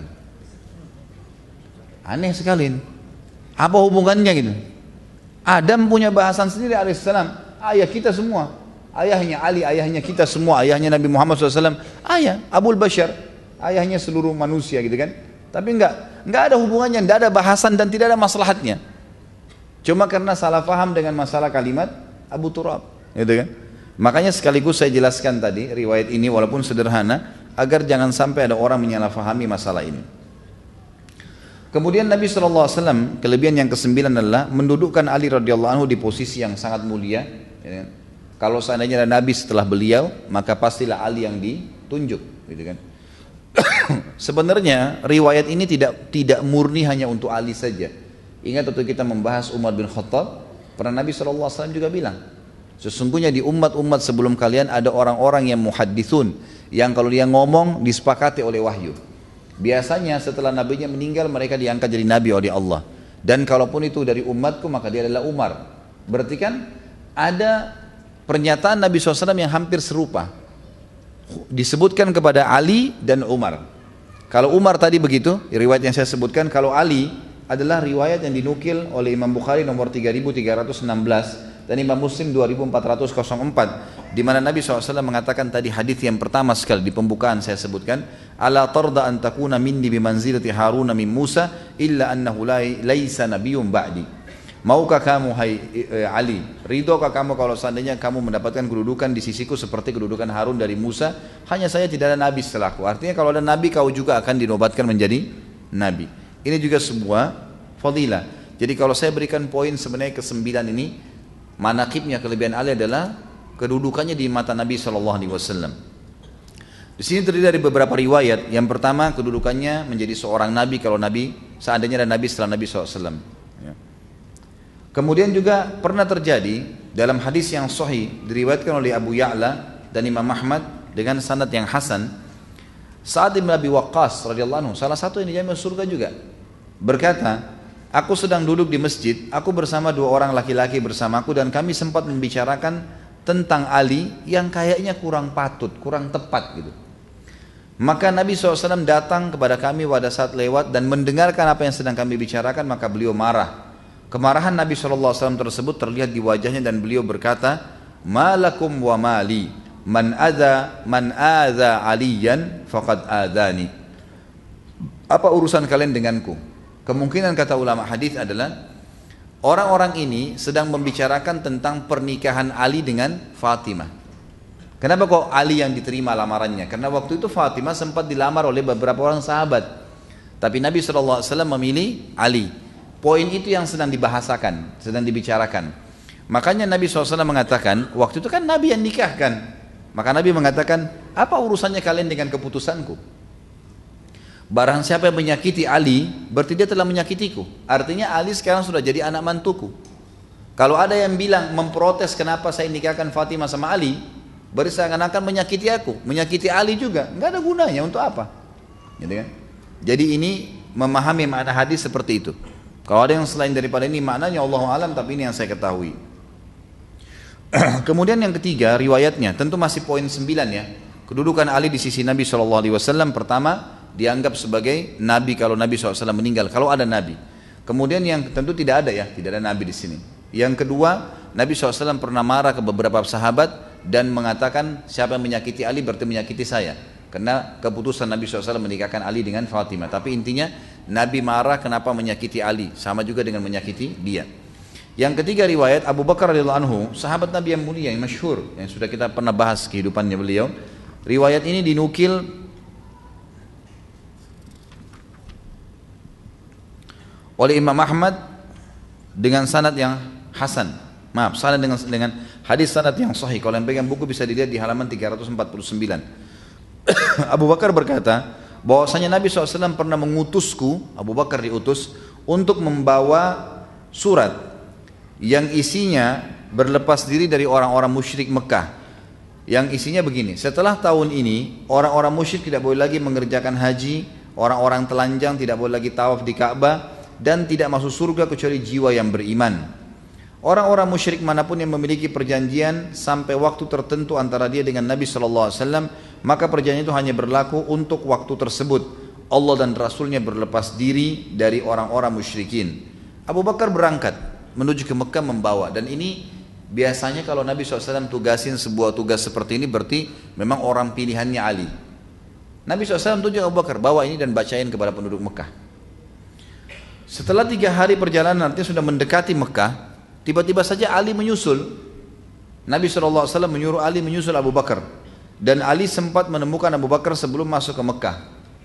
Aneh sekali. Apa hubungannya gitu? Adam punya bahasan sendiri alaihissalam, ayah kita semua. Ayahnya Ali, ayahnya kita semua, ayahnya Nabi Muhammad shallallahu alaihi wasallam, ayah Abul Bashar, ayahnya seluruh manusia gitu kan. Tapi enggak, enggak ada hubungannya, enggak ada bahasan dan tidak ada maslahatnya. Cuma karena salah faham dengan masalah kalimat Abu Turab, gitu kan. Makanya sekaligus saya jelaskan tadi riwayat ini walaupun sederhana, agar jangan sampai ada orang menyalahfahami masalah ini. Kemudian Nabi shallallahu alaihi wasallam, kelebihan yang kesembilan adalah mendudukkan Ali radhiyallahu anhu di posisi yang sangat mulia, gitu kan. Kalau seandainya ada Nabi setelah beliau, maka pastilah Ali yang ditunjuk, gitu kan. Sebenarnya riwayat ini tidak tidak murni hanya untuk Ali saja. Ingat waktu kita membahas Umar bin Khattab, pernah Nabi shallallahu alaihi wasallam juga bilang, sesungguhnya di umat-umat sebelum kalian ada orang-orang yang muhaddithun, yang kalau dia ngomong disepakati oleh wahyu. Biasanya setelah nabinya meninggal mereka diangkat jadi nabi oleh Allah. Dan kalaupun itu dari umatku maka dia adalah Umar. Berarti kan ada pernyataan Nabi shallallahu alaihi wasallam yang hampir serupa, disebutkan kepada Ali dan Umar. Kalau Umar tadi begitu, riwayat yang saya sebutkan. Kalau Ali adalah riwayat yang dinukil oleh Imam Bukhari nomor tiga ribu tiga ratus enam belas dan Imam Muslim dua ribu empat ratus empat, di mana Nabi shallallahu alaihi wasallam mengatakan tadi hadis yang pertama sekali di pembukaan saya sebutkan, ala tarda an takuna minni bimanzilati Haruna min Musa illa annahu laisa nabiyyun ba'di. Maukah kamu hai Ali, ridhokah kamu kalau seandainya kamu mendapatkan kedudukan di sisiku seperti kedudukan Harun dari Musa, hanya saya tidak ada nabi setelahku. Artinya kalau ada nabi kau juga akan dinobatkan menjadi nabi. Ini juga sebuah fadilah. Jadi kalau saya berikan poin sebenarnya kesembilan ini, manaqibnya kelebihan Ali adalah kedudukannya di mata Nabi shallallahu alaihi wasallam. Di sini terdiri dari beberapa riwayat. Yang pertama kedudukannya menjadi seorang nabi kalau nabi seandainya ada nabi setelah Nabi shallallahu alaihi wasallam. Kemudian juga pernah terjadi dalam hadis yang sahih diriwayatkan oleh Abu Ya'la dan Imam Ahmad dengan sanad yang hasan, Sa'ad bin Abi Waqqas radhiyallahu anhu, salah satu yang dijamin surga juga, berkata, Aku sedang duduk di masjid, aku bersama dua orang laki-laki bersamaku dan kami sempat membicarakan tentang Ali yang kayaknya kurang patut, kurang tepat gitu. Maka Nabi shallallahu alaihi wasallam datang kepada kami pada saat lewat dan mendengarkan apa yang sedang kami bicarakan, maka beliau marah. Kemarahan Nabi shallallahu alaihi wasallam tersebut terlihat di wajahnya dan beliau berkata, "Malakum wa mali, man adza man adza aliyan faqad adzani." Apa urusan kalian denganku? Kemungkinan kata ulama hadis adalah orang-orang ini sedang membicarakan tentang pernikahan Ali dengan Fatimah. Kenapa kok Ali yang diterima lamarannya? Karena waktu itu Fatimah sempat dilamar oleh beberapa orang sahabat, tapi Nabi shallallahu alaihi wasallam memilih Ali. Poin itu yang sedang dibahasakan, sedang dibicarakan. Makanya Nabi shallallahu alaihi wasallam mengatakan, waktu itu kan Nabi yang nikahkan. Maka Nabi mengatakan, apa urusannya kalian dengan keputusanku? Barang siapa yang menyakiti Ali, berarti dia telah menyakitiku. Artinya Ali sekarang sudah jadi anak mantuku. Kalau ada yang bilang memprotes kenapa saya nikahkan Fatimah sama Ali, berarti seakan-akan menyakiti aku, menyakiti Ali juga. Nggak ada gunanya, untuk apa? Gitu kan? Jadi ini memahami makna hadis seperti itu. Kalau ada yang selain daripada ini maknanya Allahu alam, tapi ini yang saya ketahui. Kemudian yang ketiga riwayatnya, tentu masih poin sembilan ya. Kedudukan Ali di sisi Nabi shallallahu alaihi wasallam, pertama dianggap sebagai Nabi kalau Nabi shallallahu alaihi wasallam meninggal, kalau ada Nabi. Kemudian yang tentu tidak ada ya, tidak ada Nabi di sini. Yang kedua, Nabi shallallahu alaihi wasallam pernah marah ke beberapa sahabat dan mengatakan siapa yang menyakiti Ali berarti menyakiti saya. Karena keputusan Nabi shallallahu alaihi wasallam menikahkan Ali dengan Fatimah. Tapi intinya Nabi marah kenapa menyakiti Ali, sama juga dengan menyakiti dia. Yang ketiga riwayat Abu Bakar radhiyallahu anhu, sahabat Nabi yang mulia yang masyhur, yang sudah kita pernah bahas kehidupannya beliau. Riwayat ini dinukil oleh Imam Ahmad dengan sanad yang hasan. Maaf, sanad dengan dengan hadis sanad yang sahih. Kalau yang pegang buku bisa dilihat di halaman tiga ratus empat puluh sembilan. Abu Bakar berkata bahwasanya Nabi shallallahu alaihi wasallam pernah mengutusku, Abu Bakar diutus untuk membawa surat yang isinya berlepas diri dari orang-orang musyrik Mekah. Yang isinya begini, setelah tahun ini orang-orang musyrik tidak boleh lagi mengerjakan haji, orang-orang telanjang tidak boleh lagi tawaf di Ka'bah, dan tidak masuk surga kecuali jiwa yang beriman. Orang-orang musyrik manapun yang memiliki perjanjian sampai waktu tertentu antara dia dengan Nabi shallallahu alaihi wasallam, maka perjanjian itu hanya berlaku untuk waktu tersebut. Allah dan Rasulnya berlepas diri dari orang-orang musyrikin. Abu Bakar berangkat menuju ke Mekah membawa, dan ini biasanya kalau Nabi shallallahu alaihi wasallam tugasin sebuah tugas seperti ini berarti memang orang pilihannya Ali. Nabi shallallahu alaihi wasallam tunjuk Abu Bakar, bawa ini dan bacain kepada penduduk Mekah. Setelah tiga hari perjalanan, artinya sudah mendekati Mekah, tiba-tiba saja Ali menyusul. Nabi shallallahu alaihi wasallam menyuruh Ali menyusul Abu Bakar, dan Ali sempat menemukan Abu Bakar sebelum masuk ke Mekah.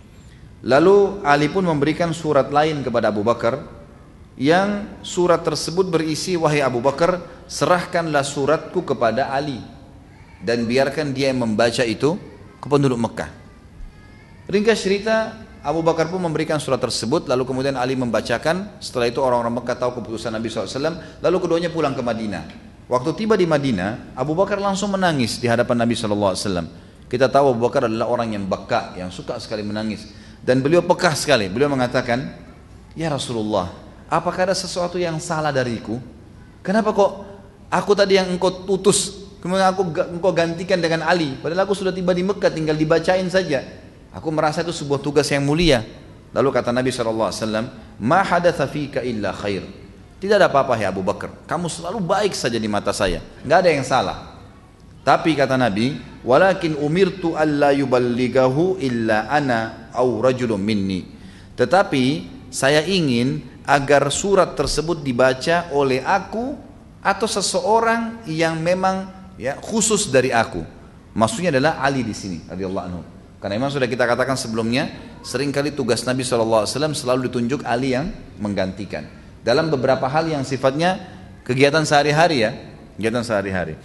Lalu Ali pun memberikan surat lain kepada Abu Bakar, yang surat tersebut berisi, wahai Abu Bakar, serahkanlah suratku kepada Ali dan biarkan dia yang membaca itu ke penduduk Mekah. Ringkas cerita, Abu Bakar pun memberikan surat tersebut, lalu kemudian Ali membacakan. Setelah itu orang-orang Mekah tahu keputusan Nabi shallallahu alaihi wasallam, lalu keduanya pulang ke Madinah. Waktu tiba di Madinah, Abu Bakar langsung menangis di hadapan Nabi shallallahu alaihi wasallam. Kita tahu Abu Bakar adalah orang yang beka, yang suka sekali menangis, dan beliau pekah sekali. Beliau mengatakan, ya Rasulullah, apakah ada sesuatu yang salah dariku? Kenapa kok aku tadi yang engkau utus, kemudian aku engkau gantikan dengan Ali, padahal aku sudah tiba di Mekah, tinggal dibacain saja. Aku merasa itu sebuah tugas yang mulia. Lalu kata Nabi shallallahu alaihi wasallam, ma hadatha fika illa khair. Tidak ada apa-apa ya Abu Bakar, kamu selalu baik saja di mata saya, nggak ada yang salah. Tapi kata Nabi, walakin umirtu alla yuballighahu illa ana au rajulun minni. Tetapi saya ingin agar surat tersebut dibaca oleh aku atau seseorang yang memang ya khusus dari aku. Maksudnya adalah Ali di sini radhiyallahu anhu. Karena memang sudah kita katakan sebelumnya, seringkali tugas Nabi shallallahu alaihi wasallam selalu ditunjuk Ali yang menggantikan. Dalam beberapa hal yang sifatnya kegiatan sehari-hari ya, kegiatan sehari-hari.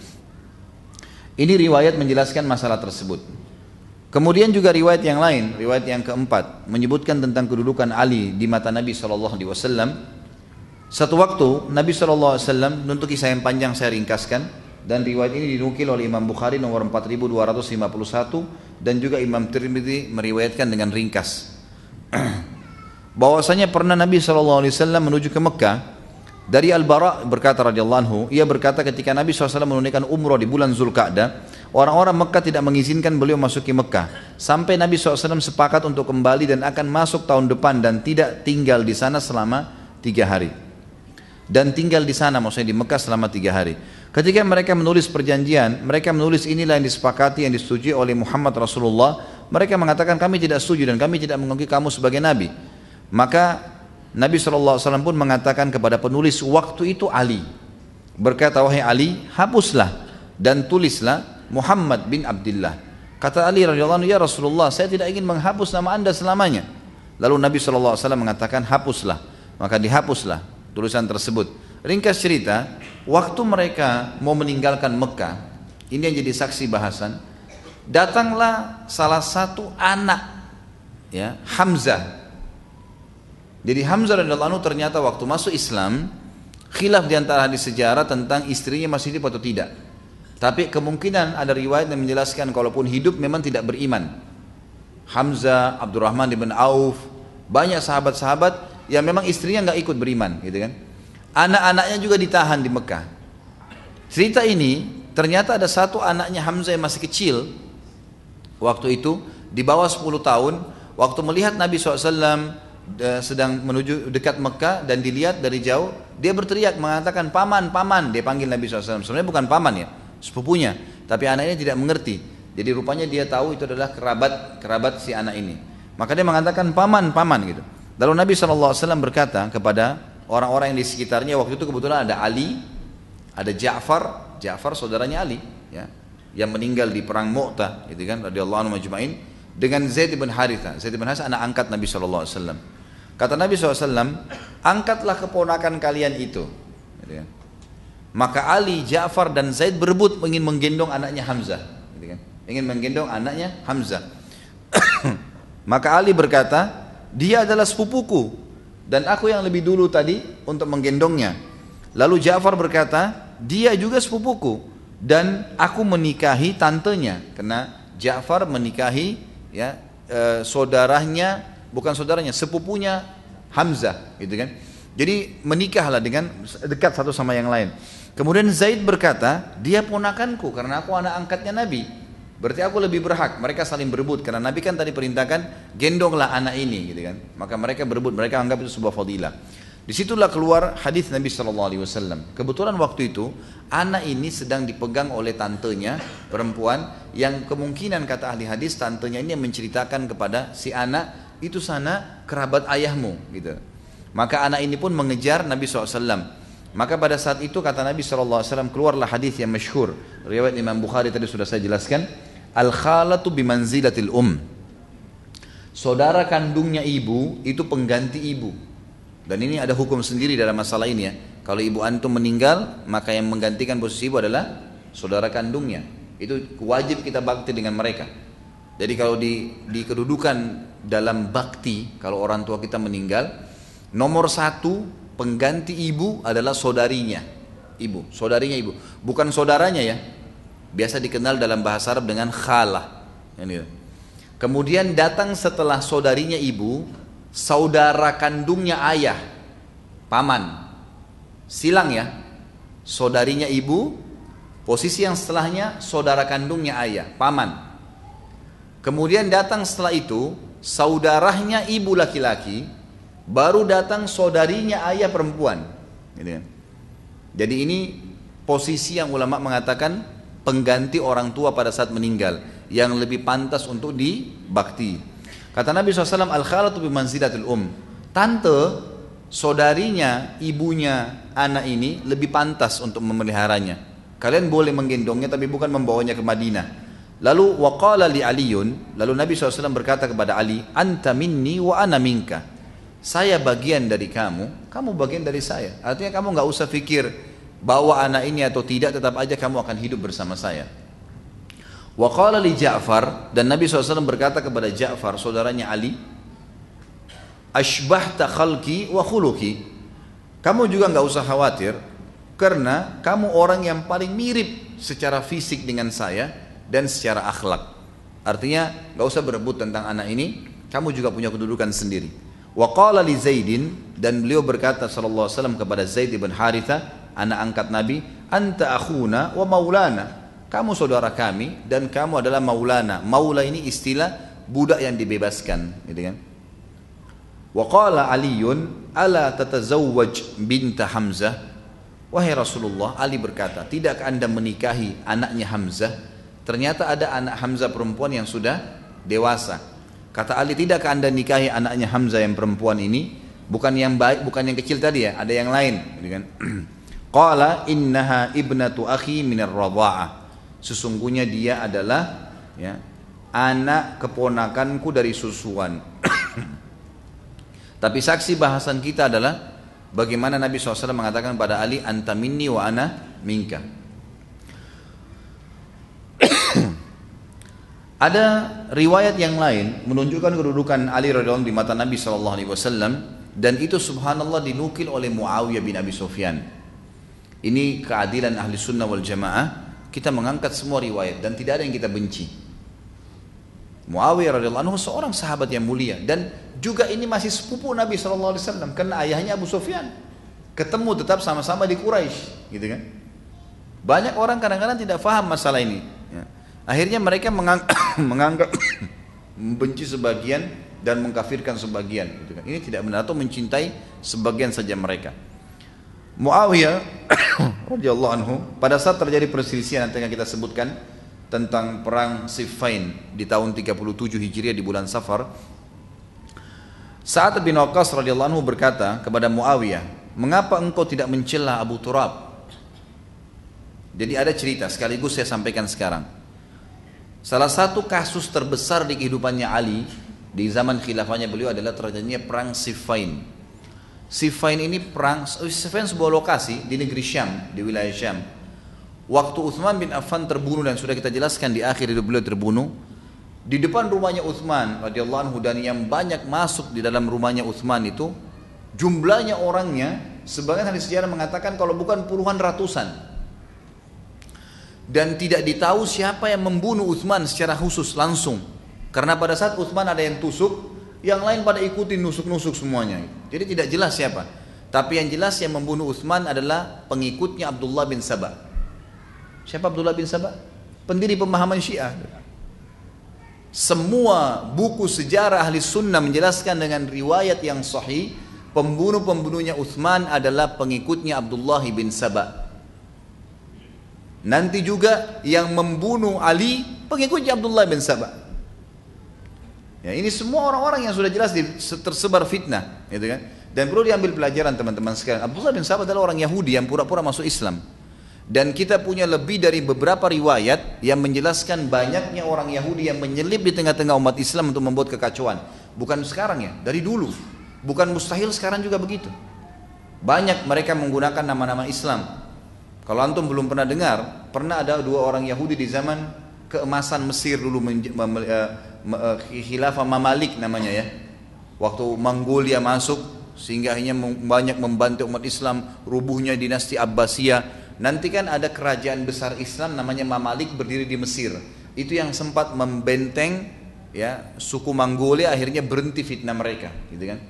Ini riwayat menjelaskan masalah tersebut. Kemudian juga riwayat yang lain, riwayat yang keempat, menyebutkan tentang kedudukan Ali di mata Nabi shallallahu alaihi wasallam. Satu waktu Nabi shallallahu alaihi wasallam, untuk kisah yang panjang saya ringkaskan, dan riwayat ini dinukil oleh Imam Bukhari nomor empat ribu dua ratus lima puluh satu dan juga Imam Tirmidzi meriwayatkan dengan ringkas. bahwasanya pernah Nabi shallallahu alaihi wasallam menuju ke Mekah. Dari Al-Bara berkata radhiyallahu anhu, ia berkata ketika Nabi shallallahu alaihi wasallam menunaikan umrah di bulan Zulqa'dah, orang-orang Mekah tidak mengizinkan beliau masuki Mekah. Sampai Nabi shallallahu alaihi wasallam sepakat untuk kembali dan akan masuk tahun depan dan tidak tinggal di sana selama tiga hari. Dan tinggal di sana maksudnya di Mekah selama tiga hari. Ketika mereka menulis perjanjian, mereka menulis inilah yang disepakati, yang disetujui oleh Muhammad Rasulullah. Mereka mengatakan kami tidak setuju dan kami tidak mengakui kamu sebagai Nabi. Maka Nabi shallallahu alaihi wasallam pun mengatakan kepada penulis waktu itu Ali, berkata, wahai Ali, hapuslah dan tulislah Muhammad bin Abdullah. Kata Ali radhiyallahu anhu, ya Rasulullah, saya tidak ingin menghapus nama anda selamanya. Lalu Nabi shallallahu alaihi wasallam mengatakan, hapuslah. Maka dihapuslah tulisan tersebut. Ringkas cerita, waktu mereka mau meninggalkan Mekah, ini yang jadi saksi bahasan, datanglah salah satu anak, ya, Hamzah. Jadi Hamzah radhiyallahu anhu ternyata waktu masuk Islam, khilaf di antara hadis sejarah tentang istrinya masih hidup atau tidak. Tapi kemungkinan ada riwayat yang menjelaskan kalaupun hidup memang tidak beriman. Hamzah, Abdurrahman bin Auf, banyak sahabat-sahabat yang memang istrinya nggak ikut beriman, gitu kan. Anak-anaknya juga ditahan di Mekah. Cerita ini ternyata ada satu anaknya Hamzah yang masih kecil waktu itu, di bawah sepuluh tahun, waktu melihat Nabi shallallahu alaihi wasallam sedang menuju dekat Mekah dan dilihat dari jauh, dia berteriak mengatakan paman, paman, dia panggil Nabi shallallahu alaihi wasallam. Sebenarnya bukan paman ya, sepupunya, tapi anaknya tidak mengerti. Jadi rupanya dia tahu itu adalah kerabat kerabat si anak ini. Maka dia mengatakan paman, paman gitu. Lalu Nabi shallallahu alaihi wasallam berkata kepada orang-orang yang di sekitarnya, waktu itu kebetulan ada Ali, ada Ja'far, Ja'far saudaranya Ali, ya, yang meninggal di perang Mu'tah, gitu kan, radhiyallahu anhu majma'in, dengan Zaid bin Haritha. Zaid bin Haritha anak angkat Nabi shallallahu alaihi wasallam. Kata Nabi shallallahu alaihi wasallam, angkatlah keponakan kalian itu. Gitu kan. Maka Ali, Ja'far dan Zaid berebut ingin menggendong anaknya Hamzah. Gitu kan. Ingin menggendong anaknya Hamzah. Maka Ali berkata, dia adalah sepupuku dan aku yang lebih dulu tadi untuk menggendongnya. Lalu Ja'far berkata, dia juga sepupuku dan aku menikahi tantenya, karena Ja'far menikahi, ya, e, saudaranya, bukan saudaranya, sepupunya Hamzah, gitu kan. Jadi menikahlah dengan dekat satu sama yang lain. Kemudian Zaid berkata, dia ponakanku karena aku anak angkatnya Nabi, berarti aku lebih berhak. Mereka saling berebut karena Nabi kan tadi perintahkan gendonglah anak ini, gitu kan. Maka mereka berebut, mereka anggap itu sebuah fadilah. Disitulah keluar hadis Nabi shallallahu alaihi wasallam. Kebetulan waktu itu anak ini sedang dipegang oleh tantenya perempuan, yang kemungkinan kata ahli hadis tantenya ini yang menceritakan kepada si anak, itu sana kerabat ayahmu, gitu. Maka anak ini pun mengejar Nabi shallallahu alaihi wasallam. Maka pada saat itu kata Nabi shallallahu alaihi wasallam, keluarlah hadis yang masyhur, riwayat Imam Bukhari tadi sudah saya jelaskan, al khalatu bimanzilatil um. Saudara kandungnya ibu itu pengganti ibu. Dan ini ada hukum sendiri dalam masalah ini, ya. Kalau ibu antum meninggal, maka yang menggantikan posisi ibu adalah saudara kandungnya. Itu wajib kita bakti dengan mereka. Jadi kalau di, di kedudukan dalam bakti, kalau orang tua kita meninggal, nomor satu pengganti ibu adalah saudarinya, ibu, saudarinya ibu, bukan saudaranya, ya. Biasa dikenal dalam bahasa Arab dengan khalah. Kemudian datang setelah saudarinya ibu, saudara kandungnya ayah, paman, silang ya, saudarinya ibu, posisi yang setelahnya saudara kandungnya ayah, paman. Kemudian datang setelah itu saudaranya ibu laki-laki, baru datang saudarinya ayah perempuan. Jadi ini posisi yang ulama mengatakan pengganti orang tua pada saat meninggal, yang lebih pantas untuk dibakti. Kata Nabi shallallahu alaihi wasallam, al-khalatu bimanzilatil um. Tante, saudarinya, ibunya anak ini lebih pantas untuk memeliharanya. Kalian boleh menggendongnya tapi bukan membawanya ke Madinah. Lalu waqala li Aliyun, lalu Nabi shallallahu alaihi wasallam berkata kepada Ali, anta minni wa ana minka. Saya bagian dari kamu, kamu bagian dari saya. Artinya kamu nggak usah pikir bawa anak ini atau tidak, tetap aja kamu akan hidup bersama saya. Wa qala li Ja'far, dan Nabi shallallahu alaihi wasallam berkata kepada Ja'far, saudaranya Ali, ashbahta khalqi wa khuluqi. Kamu juga nggak usah khawatir, karena kamu orang yang paling mirip secara fisik dengan saya dan secara akhlak. Artinya nggak usah berebut tentang anak ini, kamu juga punya kedudukan sendiri. Wa qala li Zaidin, dan beliau berkata sallallahu alaihi wasallam kepada Zaid bin Haritha, anak angkat Nabi, anta akhuna wa maulana, kamu saudara kami dan kamu adalah maulana. Maula ini istilah budak yang dibebaskan, gitu kan. Wa qala Aliun ala tatazawwaj binta Hamzah, wahai Rasulullah, Ali berkata, tidakkah anda menikahi anaknya Hamzah? Ternyata ada anak Hamzah perempuan yang sudah dewasa. Kata Ali, tidakkah anda nikahi anaknya Hamzah yang perempuan ini? Bukan yang baik, bukan yang kecil tadi ya, ada yang lain, gitu kan. Qala innaha ibnatu akhi minar radha'ah, sesungguhnya dia adalah ya, anak keponakanku dari susuan. Tapi saksi bahasan kita adalah bagaimana Nabi shallallahu alaihi wasallam mengatakan pada Ali, anta minni wa ana minka. Ada riwayat yang lain menunjukkan kedudukan Ali radhiyallahu anhu di mata Nabi shallallahu alaihi wasallam, dan itu subhanallah dinukil oleh Muawiyah bin Abi Sufyan. Ini keadilan ahli sunnah wal jamaah, kita mengangkat semua riwayat dan tidak ada yang kita benci. Muawiyah radhiyallahu anhu seorang sahabat yang mulia, dan juga ini masih sepupu Nabi shallallahu alaihi wasallam karena ayahnya Abu Sufyan. Ketemu tetap sama-sama di Quraisy, gitu kan. Banyak orang kadang-kadang tidak faham masalah ini. Ya. Akhirnya mereka mengang menganggap membenci sebagian dan mengkafirkan sebagian, gitu kan. Ini tidak benar, atau mencintai sebagian saja mereka. Muawiyah radhiyallahu anhu pada saat terjadi perselisihan nanti yang kita sebutkan tentang perang Siffin di tahun tiga puluh tujuh Hijriah di bulan Safar, Sa'ad bin Waqqas radhiyallahu anhu berkata kepada Muawiyah, mengapa engkau tidak mencela Abu Turab? Jadi ada cerita, sekaligus saya sampaikan sekarang. Salah satu kasus terbesar di kehidupannya Ali di zaman khilafahnya beliau adalah terjadinya perang Siffin. Siffin ini perang, Siffin sebuah lokasi di negeri Syam, di wilayah Syam. Waktu Uthman bin Affan terbunuh, dan sudah kita jelaskan di akhir hidup beliau terbunuh, di depan rumahnya Uthman radhiyallahu anhu, dan yang banyak masuk di dalam rumahnya Uthman itu jumlahnya orangnya, sebagian ahli sejarah mengatakan kalau bukan puluhan ratusan, dan tidak ditahu siapa yang membunuh Uthman secara khusus langsung, karena pada saat Uthman ada yang tusuk, yang lain pada ikutin nusuk-nusuk semuanya, jadi tidak jelas siapa. Tapi yang jelas yang membunuh Uthman adalah pengikutnya Abdullah bin Sabah. Siapa Abdullah bin Sabah? Pendiri pemahaman Syiah. Semua buku sejarah ahli sunnah menjelaskan dengan riwayat yang sahih, pembunuh-pembunuhnya Uthman adalah pengikutnya Abdullah bin Sabah. Nanti juga yang membunuh Ali pengikutnya Abdullah bin Sabah. Ya, ini semua orang-orang yang sudah jelas tersebar fitnah, gitu kan? Dan perlu diambil pelajaran teman-teman sekalian. Abdullah bin Sabah adalah orang Yahudi yang pura-pura masuk Islam. Dan kita punya lebih dari beberapa riwayat yang menjelaskan banyaknya orang Yahudi yang menyelip di tengah-tengah umat Islam untuk membuat kekacauan. Bukan sekarang ya, dari dulu. Bukan mustahil sekarang juga begitu. Banyak mereka menggunakan nama-nama Islam. Kalau antum belum pernah dengar, pernah ada dua orang Yahudi di zaman keemasan Mesir dulu, khilafah Mamalik namanya ya. Waktu Mongolia masuk, sehingga akhirnya banyak membantu umat Islam, rubuhnya dinasti Abbasiyah. Nanti kan ada kerajaan besar Islam namanya Mamalik berdiri di Mesir. Itu yang sempat membenteng ya suku Mongolia, akhirnya berhenti fitnah mereka, gitu kan.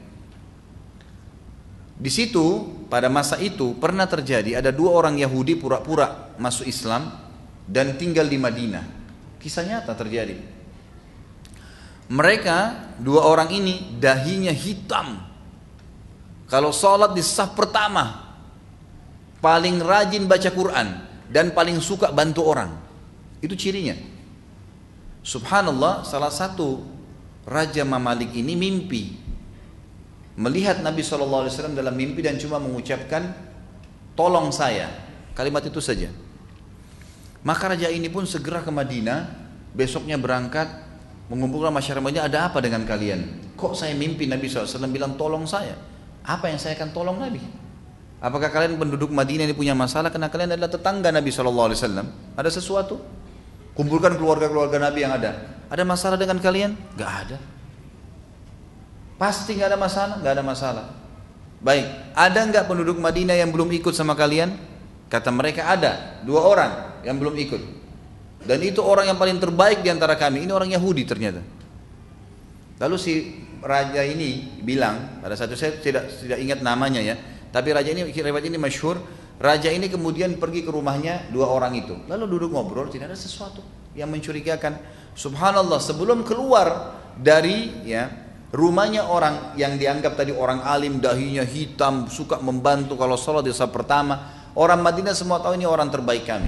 Di situ pada masa itu pernah terjadi ada dua orang Yahudi pura-pura masuk Islam dan tinggal di Madinah. Kisah nyata terjadi. Mereka dua orang ini dahinya hitam. Kalau sholat di saf pertama, paling rajin baca Quran dan paling suka bantu orang. Itu cirinya. Subhanallah, salah satu Raja Mamalik ini mimpi melihat Nabi shallallahu alaihi wasallam dalam mimpi dan cuma mengucapkan tolong saya, kalimat itu saja. Maka raja ini pun segera ke Madinah, besoknya berangkat mengumpulkan masyarakat Madinah, ada apa dengan kalian? Kok saya mimpi Nabi shallallahu alaihi wasallam bilang tolong saya? Apa yang saya akan tolong Nabi? Apakah kalian penduduk Madinah ini punya masalah karena kalian adalah tetangga Nabi shallallahu alaihi wasallam? Ada sesuatu? Kumpulkan keluarga-keluarga Nabi yang ada. Ada masalah dengan kalian? Gak ada. Pasti gak ada masalah? Gak ada masalah. Baik, ada gak penduduk Madinah yang belum ikut sama kalian? Kata mereka ada, dua orang yang belum ikut. Dan itu orang yang paling terbaik di antara kami. Ini orang Yahudi ternyata. Lalu si raja ini bilang, pada satu saya tidak tidak ingat namanya ya, tapi raja ini, riwayat ini masyhur, raja ini kemudian pergi ke rumahnya dua orang itu. Lalu duduk ngobrol, tidak ada sesuatu yang mencurigakan. Subhanallah, sebelum keluar dari ya rumahnya orang yang dianggap tadi orang alim, dahinya hitam, suka membantu kalau sholat di saat pertama, orang Madinah semua tahu ini orang terbaik kami.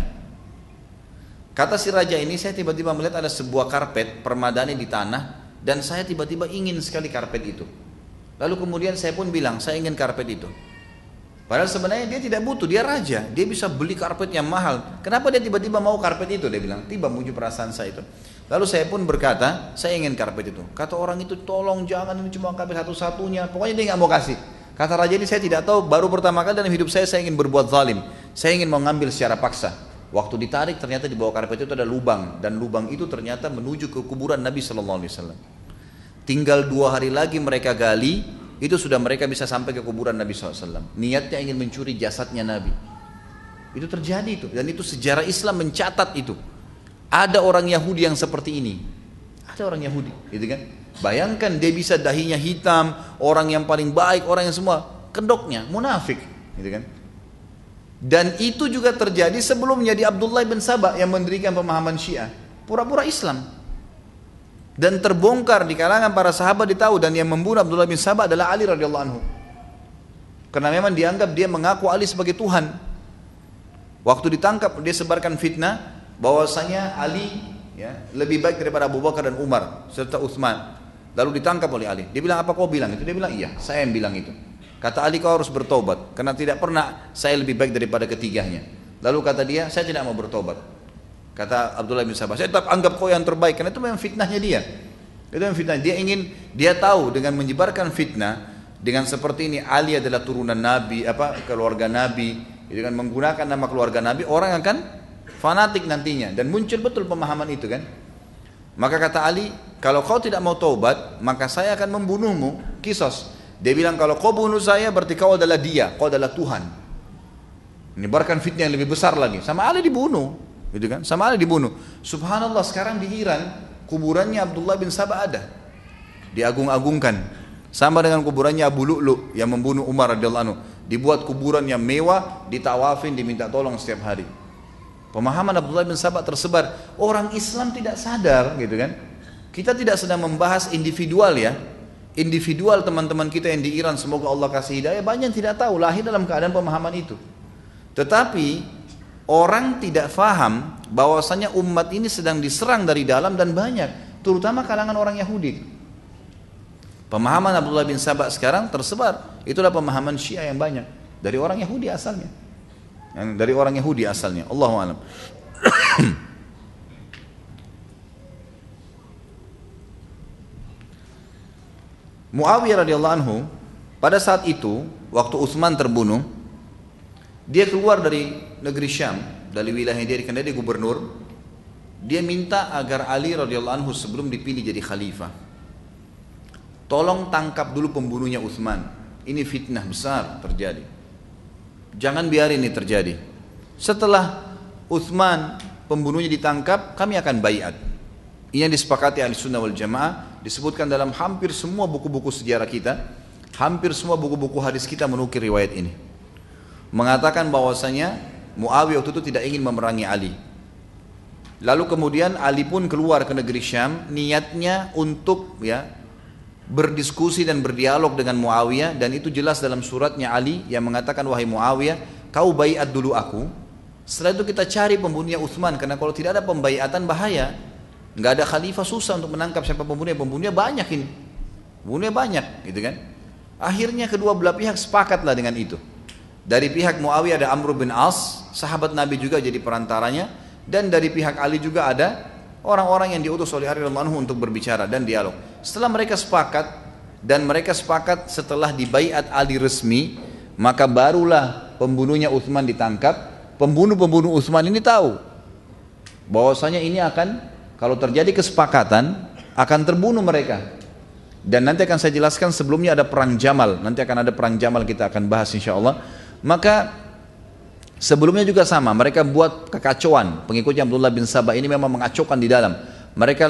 Kata si raja ini, saya tiba-tiba melihat ada sebuah karpet permadani di tanah, dan saya tiba-tiba ingin sekali karpet itu. Lalu kemudian saya pun bilang, saya ingin karpet itu. Padahal sebenarnya dia tidak butuh, dia raja, dia bisa beli karpet yang mahal. Kenapa dia tiba-tiba mau karpet itu? Dia bilang, tiba muncul perasaan saya itu. Lalu saya pun berkata, saya ingin karpet itu. Kata orang itu, tolong jangan, ini cuma karpet satu-satunya. Pokoknya dia nggak mau kasih. Kata raja ini, saya tidak tahu, baru pertama kali dalam hidup saya, saya ingin berbuat zalim. Saya ingin mengambil secara paksa. Waktu ditarik ternyata di bawah karpet itu ada lubang, dan lubang itu ternyata menuju ke kuburan Nabi Shallallahu Alaihi Wasallam. Tinggal dua hari lagi mereka gali, itu sudah mereka bisa sampai ke kuburan Nabi Shallallahu Alaihi Wasallam. Niatnya ingin mencuri jasadnya Nabi. Itu terjadi itu, dan itu sejarah Islam mencatat itu. Ada orang Yahudi yang seperti ini, ada orang Yahudi, gitu kan? Bayangkan dia bisa dahinya hitam, orang yang paling baik, orang yang semua kedoknya munafik, gitu kan? Dan itu juga terjadi sebelum menjadi Abdullah bin Sabah yang mendirikan pemahaman Syiah, pura-pura Islam. Dan terbongkar di kalangan para sahabat ditahu, dan yang membunuh Abdullah bin Sabah adalah Ali radhiyallahu anhu. Karena memang dianggap dia mengaku Ali sebagai Tuhan. Waktu ditangkap dia sebarkan fitnah bahwasanya Ali ya, lebih baik daripada Abu Bakar dan Umar serta Utsman. Lalu ditangkap oleh Ali. Dia bilang, apa kau bilang itu? Dia bilang, iya, saya yang bilang itu. Kata Ali, kau harus bertobat, karena tidak pernah saya lebih baik daripada ketiganya. Lalu kata dia, saya tidak mau bertobat. Kata Abdullah bin Sabah, saya tetap anggap kau yang terbaik, karena itu memang fitnahnya dia. Itu memang fitnah. Dia ingin, dia tahu dengan menyebarkan fitnah, dengan seperti ini, Ali adalah turunan Nabi, apa keluarga Nabi, dengan menggunakan nama keluarga Nabi, orang akan fanatik nantinya, dan muncul betul pemahaman itu kan. Maka kata Ali, kalau kau tidak mau taubat, maka saya akan membunuhmu, kisos. Dia bilang, kalau kau bunuh saya berarti kau adalah dia, kau adalah Tuhan. Menyebarkan fitnah yang lebih besar lagi. Sama Ali dibunuh, gitu kan? Sama Ali dibunuh. Subhanallah, sekarang di Iran kuburannya Abdullah bin Sabah ada, diagung-agungkan. Sama dengan kuburannya Abu Lu'lu yang membunuh Umar radhiyallahu anhu. Dibuat kuburan yang mewah, ditawafin, diminta tolong setiap hari. Pemahaman Abdullah bin Sabah tersebar. Orang Islam tidak sadar, gitu kan? Kita tidak sedang membahas individual ya. Individual teman-teman kita yang di Iran, semoga Allah kasih hidayah, banyak yang tidak tahu, lahir dalam keadaan pemahaman itu. Tetapi orang tidak faham bahwasanya umat ini sedang diserang dari dalam dan banyak, terutama kalangan orang Yahudi. Pemahaman Abdullah bin Sabah sekarang tersebar, itulah pemahaman Syiah yang banyak dari orang Yahudi asalnya. Yang dari orang Yahudi asalnya, Allahu a'lam. Muawiyah radhiyallahu anhu pada saat itu waktu Utsman terbunuh, dia keluar dari negeri Syam, dari wilayah dia, karena dia gubernur. Dia minta agar Ali radhiyallahu anhu sebelum dipilih jadi khalifah, tolong tangkap dulu pembunuhnya Utsman. Ini fitnah besar terjadi, jangan biarin ini terjadi. Setelah Utsman pembunuhnya ditangkap, kami akan baiat. Ini yang disepakati Ahli Sunnah wal Jamaah, disebutkan dalam hampir semua buku-buku sejarah kita, hampir semua buku-buku hadis kita menukil riwayat ini. Mengatakan bahwasanya Muawiyah waktu itu tidak ingin memerangi Ali. Lalu kemudian Ali pun keluar ke negeri Syam, niatnya untuk ya berdiskusi dan berdialog dengan Muawiyah, dan itu jelas dalam suratnya Ali yang mengatakan, wahai Muawiyah, kau baiat dulu aku, setelah itu kita cari pembunuhnya Utsman, karena kalau tidak ada pembaiatan bahaya. Nggak ada khalifah, susah untuk menangkap siapa pembunuhnya. Pembunuhnya banyak ini, pembunuhnya banyak, gitu kan? Akhirnya kedua belah pihak sepakatlah dengan itu. Dari pihak Muawiyah ada Amr bin As, sahabat Nabi juga jadi perantaranya, dan dari pihak Ali juga ada orang-orang yang diutus oleh Ali radhiyallahu anhu untuk berbicara dan dialog. Setelah mereka sepakat, dan mereka sepakat setelah dibaiat Ali resmi, maka barulah pembunuhnya Utsman ditangkap. Pembunuh-pembunuh Utsman ini tahu bahwasanya ini akan, kalau terjadi kesepakatan, akan terbunuh mereka. Dan nanti akan saya jelaskan, sebelumnya ada perang Jamal. Nanti akan ada perang Jamal, kita akan bahas insya Allah. Maka sebelumnya juga sama, mereka buat kekacauan. Pengikutnya Abdullah bin Sabah ini memang mengacaukan di dalam. Mereka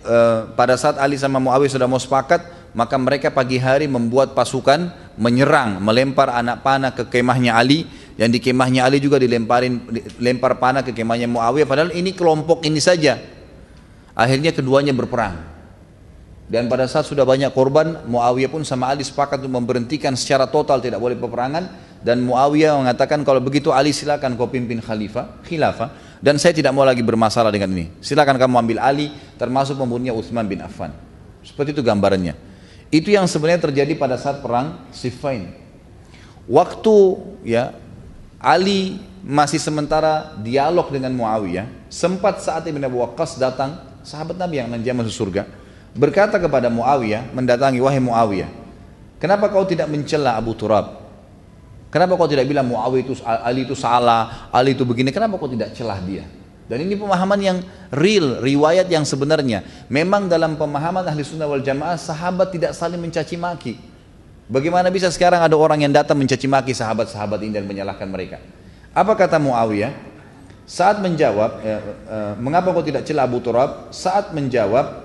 eh, pada saat Ali sama Muawiyah sudah mau sepakat, maka mereka pagi hari membuat pasukan menyerang, melempar anak panah ke kemahnya Ali, yang di kemahnya Ali juga dilemparin lempar panah ke kemahnya Muawiyah, padahal ini kelompok ini saja. Akhirnya keduanya berperang. Dan pada saat sudah banyak korban, Muawiyah pun sama Ali sepakat untuk memberhentikan secara total, tidak boleh peperangan. Dan Muawiyah mengatakan, kalau begitu Ali silakan kau pimpin khalifah, khilafah, dan saya tidak mau lagi bermasalah dengan ini. Silakan kamu ambil Ali, termasuk membunuhnya Utsman bin Affan. Seperti itu gambarannya. Itu yang sebenarnya terjadi pada saat perang Siffin. Waktu ya Ali masih sementara dialog dengan Muawiyah, sempat saat Ibn Abu Waqqas datang, sahabat Nabi yang nanti masuk surga, berkata kepada Muawiyah, mendatangi, wahai Muawiyah, kenapa kau tidak mencela Abu Turab? Kenapa kau tidak bilang Muawiyah itu, Ali itu salah, Ali itu begini, kenapa kau tidak celah dia? Dan ini pemahaman yang real, riwayat yang sebenarnya. Memang dalam pemahaman ahli sunnah wal jamaah, sahabat tidak saling mencaci maki. Bagaimana bisa sekarang ada orang yang datang mencaci maki sahabat-sahabat ini dan menyalahkan mereka? Apa kata Muawiyah? Saat menjawab, eh, eh, mengapa kau tidak celah Abu Turab? Saat menjawab,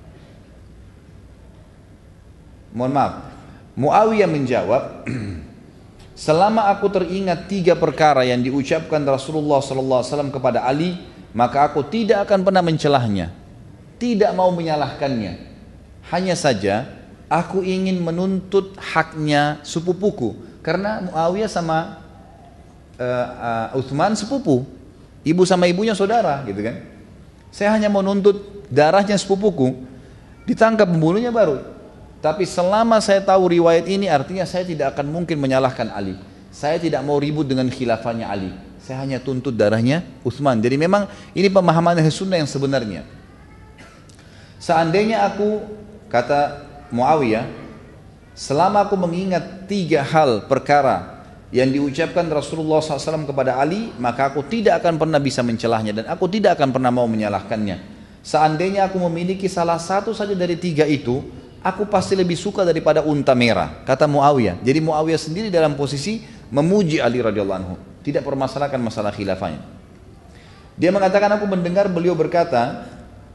mohon maaf, Muawiyah menjawab, selama aku teringat tiga perkara yang diucapkan Rasulullah sallallahu alaihi wasallam kepada Ali, maka aku tidak akan pernah mencelahnya, tidak mau menyalahkannya. Hanya saja aku ingin menuntut haknya sepupuku, karena Muawiyah sama uh, uh, Utsman sepupu, ibu sama ibunya saudara, gitu kan. Saya hanya mau nuntut darahnya sepupuku, ditangkap pembunuhnya baru. Tapi selama saya tahu riwayat ini, artinya saya tidak akan mungkin menyalahkan Ali. Saya tidak mau ribut dengan khilafahnya Ali. Saya hanya tuntut darahnya Utsman. Jadi memang ini pemahaman ahli sunnah yang sebenarnya. Seandainya aku, kata Muawiyah, selama aku mengingat tiga hal perkara yang diucapkan Rasulullah shallallahu alaihi wasallam kepada Ali, maka aku tidak akan pernah bisa mencelahnya dan aku tidak akan pernah mau menyalahkannya. Seandainya aku memiliki salah satu saja dari tiga itu, aku pasti lebih suka daripada unta merah, kata Muawiyah. Jadi Muawiyah sendiri dalam posisi memuji Ali radhiyallahu anhu, tidak permasalahkan masalah khilafahnya. Dia mengatakan, aku mendengar beliau berkata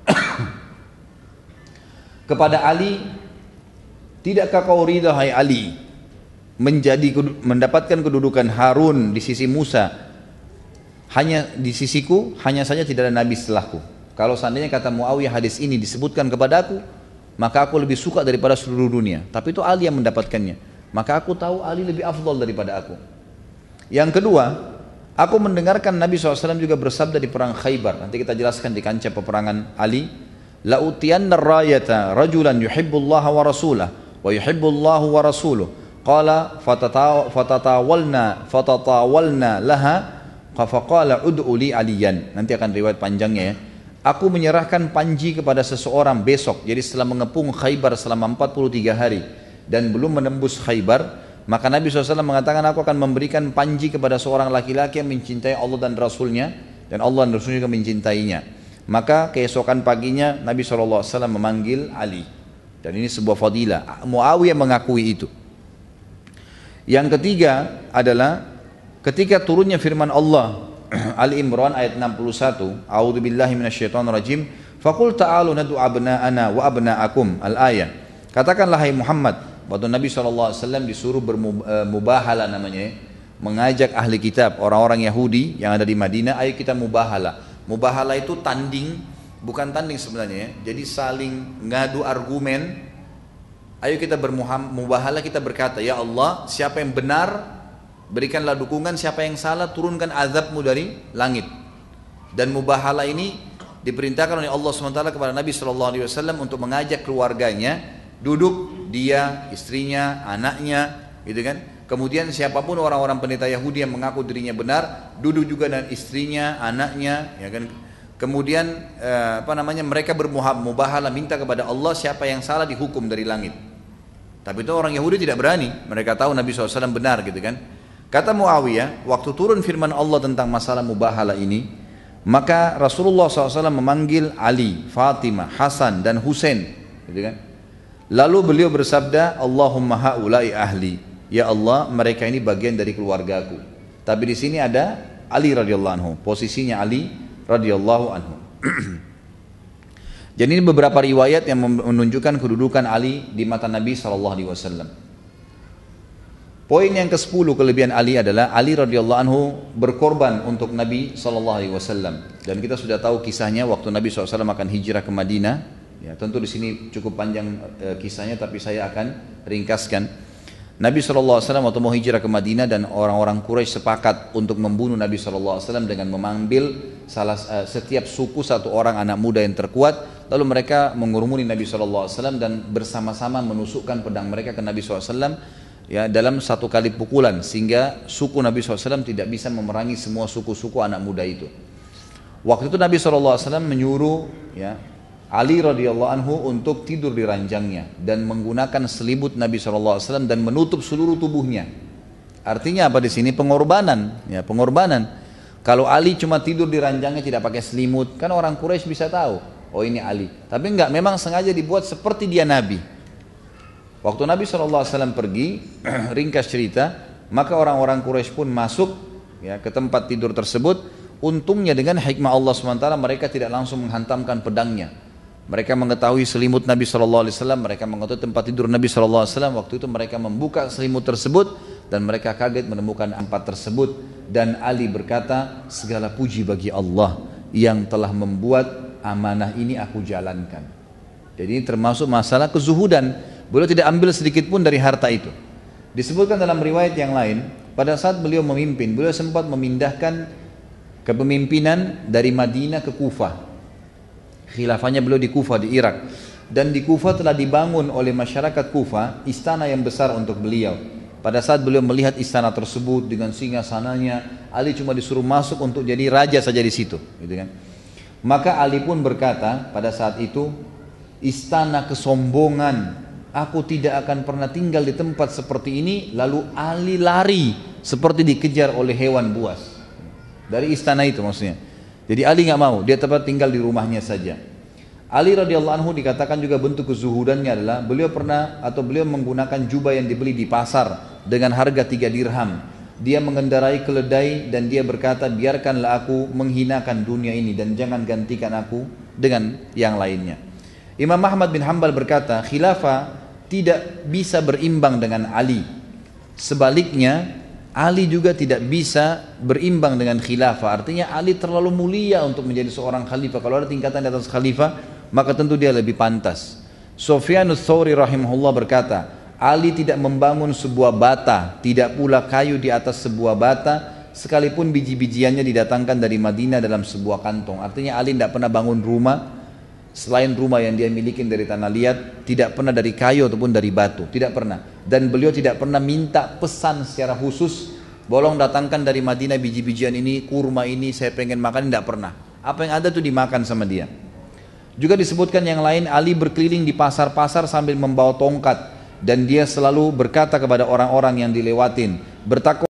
kepada Ali, tidakkah kau ridha hai Ali menjadi mendapatkan kedudukan Harun di sisi Musa, hanya di sisiku, hanya saja tidak ada nabi setelahku. Kalau seandainya, kata Muawiyah, hadis ini disebutkan kepadaku, maka aku lebih suka daripada seluruh dunia. Tapi itu Ali yang mendapatkannya, maka aku tahu Ali lebih afdal daripada aku. Yang kedua, aku mendengarkan Nabi shallallahu alaihi wasallam juga bersabda di perang Khaybar. Nanti kita jelaskan di kancah peperangan Ali, la utiyanna rayata rajulan yuhibbullaha wa rasulah wa yuhibbullahu wa rasuluh, qala fatatawalna fatatawalna laha faqala ud'u li aliyan. Nanti akan riwayat panjangnya ya. Aku menyerahkan panji kepada seseorang besok. Jadi setelah mengepung Khaybar selama empat puluh tiga hari dan belum menembus Khaybar, maka Nabi shallallahu alaihi wasallam mengatakan, aku akan memberikan panji kepada seorang laki-laki yang mencintai Allah dan Rasulnya, dan Allah dan Rasulnya juga mencintainya. Maka keesokan paginya Nabi shallallahu alaihi wasallam memanggil Ali, dan ini sebuah fadilah. Muawiyah mengakui itu. Yang ketiga adalah ketika turunnya firman Allah Ali Imran ayat enam puluh satu, a'udzubillahi minasyaitonir rajim, faqul ta'alu nad'u abna'ana wa abna'akum, al-ayah. Katakanlah hai Muhammad, waktu Nabi shallallahu alaihi wasallam disuruh bermubahala, namanya mengajak ahli kitab, orang-orang Yahudi yang ada di Madinah, ayo kita mubahala. Mubahala itu tanding, bukan tanding sebenarnya ya. Jadi saling ngadu argumen. Ayo kita bermubahala, kita berkata, ya Allah, siapa yang benar berikanlah dukungan, siapa yang salah turunkan azabmu dari langit. Dan mubahala ini diperintahkan oleh Allah subhanahu wa taala kepada Nabi shallallahu alaihi wasallam untuk mengajak keluarganya duduk, dia, istrinya, anaknya, gitu kan. Kemudian siapapun orang-orang pendeta Yahudi yang mengaku dirinya benar, duduk juga dengan istrinya, anaknya, ya kan. Kemudian eh, apa namanya, mereka bermubahala, minta kepada Allah siapa yang salah dihukum dari langit. Tapi itu orang Yahudi tidak berani, mereka tahu Nabi shallallahu alaihi wasallam benar, gitu kan. Kata Muawiyah, waktu turun firman Allah tentang masalah mubahala ini, maka Rasulullah shallallahu alaihi wasallam memanggil Ali, Fatimah, Hasan dan Husain, gitu kan. Lalu beliau bersabda, Allahumma haula'i ahli, ya Allah, mereka ini bagian dari keluargaku. Tapi di sini ada Ali radhiyallahu anhu, posisinya Ali radhiyallahu anhu. Jadi ini beberapa riwayat yang menunjukkan kedudukan Ali di mata Nabi shallallahu alaihi wasallam. Poin yang kesepuluh kelebihan Ali adalah Ali radhiyallahu anhu berkorban untuk Nabi shallallahu alaihi wasallam. Dan kita sudah tahu kisahnya waktu Nabi shallallahu alaihi wasallam akan hijrah ke Madinah. Ya, tentu di sini cukup panjang e, kisahnya, tapi saya akan ringkaskan. Nabi shallallahu alaihi wasallam waktu mau hijrah ke Madinah dan orang-orang Quraisy sepakat untuk membunuh Nabi shallallahu alaihi wasallam dengan mengambil salah uh, setiap suku satu orang anak muda yang terkuat, lalu mereka mengurumuni Nabi shallallahu alaihi wasallam dan bersama-sama menusukkan pedang mereka ke Nabi shallallahu alaihi wasallam ya, dalam satu kali pukulan, sehingga suku Nabi shallallahu alaihi wasallam tidak bisa memerangi semua suku-suku anak muda itu. Waktu itu Nabi shallallahu alaihi wasallam menyuruh ya, Ali radhiyallahu anhu untuk tidur di ranjangnya dan menggunakan selimut Nabi shallallahu alaihi wasallam dan menutup seluruh tubuhnya. Artinya apa di sini? Pengorbanan, ya pengorbanan. Kalau Ali cuma tidur di ranjangnya tidak pakai selimut, kan orang Quraisy bisa tahu, oh ini Ali. Tapi enggak, memang sengaja dibuat seperti dia Nabi. Waktu Nabi shallallahu alaihi wasallam pergi, ringkas cerita, maka orang-orang Quraisy pun masuk ya ke tempat tidur tersebut. Untungnya dengan hikmah Allah subhanahu wa taala mereka tidak langsung menghantamkan pedangnya. Mereka mengetahui selimut Nabi shallallahu alaihi wasallam, mereka mengetahui tempat tidur Nabi shallallahu alaihi wasallam. Waktu itu mereka membuka selimut tersebut dan mereka kaget menemukan empat tersebut. Dan Ali berkata, segala puji bagi Allah yang telah membuat amanah ini aku jalankan. Jadi ini termasuk masalah kezuhudan. Beliau tidak ambil sedikit pun dari harta itu. Disebutkan dalam riwayat yang lain, pada saat beliau memimpin, beliau sempat memindahkan kepemimpinan dari Madinah ke Kufah. Khilafahnya beliau di Kufah di Irak, dan di Kufah telah dibangun oleh masyarakat Kufah istana yang besar untuk beliau. Pada saat beliau melihat istana tersebut dengan singgasananya, Ali cuma disuruh masuk untuk jadi raja saja di situ, gitu kan. Maka Ali pun berkata pada saat itu, istana kesombongan, aku tidak akan pernah tinggal di tempat seperti ini. Lalu Ali lari seperti dikejar oleh hewan buas dari istana itu maksudnya. Jadi Ali nggak mau, dia tetap tinggal di rumahnya saja. Ali radhiyallahu anhu dikatakan juga bentuk kezuhudannya adalah beliau pernah atau beliau menggunakan jubah yang dibeli di pasar dengan harga tiga dirham. Dia mengendarai keledai dan dia berkata, biarkanlah aku menghinakan dunia ini dan jangan gantikan aku dengan yang lainnya. Imam Ahmad bin Hanbal berkata, khilafah tidak bisa berimbang dengan Ali. Sebaliknya, Ali juga tidak bisa berimbang dengan khilafah. Artinya Ali terlalu mulia untuk menjadi seorang khalifah. Kalau ada tingkatan di atas khalifah, maka tentu dia lebih pantas. Sufyanus Tsauri rahimahullah berkata, Ali tidak membangun sebuah bata, tidak pula kayu di atas sebuah bata, sekalipun biji-bijiannya didatangkan dari Madinah dalam sebuah kantong. Artinya Ali tidak pernah bangun rumah selain rumah yang dia miliki dari tanah liat, tidak pernah dari kayu ataupun dari batu, tidak pernah. Dan beliau tidak pernah minta pesan secara khusus, bolong datangkan dari Madinah biji-bijian ini, kurma ini, saya pengen makan, tidak pernah. Apa yang ada tuh dimakan sama dia. Juga disebutkan yang lain, Ali berkeliling di pasar-pasar sambil membawa tongkat, dan dia selalu berkata kepada orang-orang yang dilewatin, bertakwa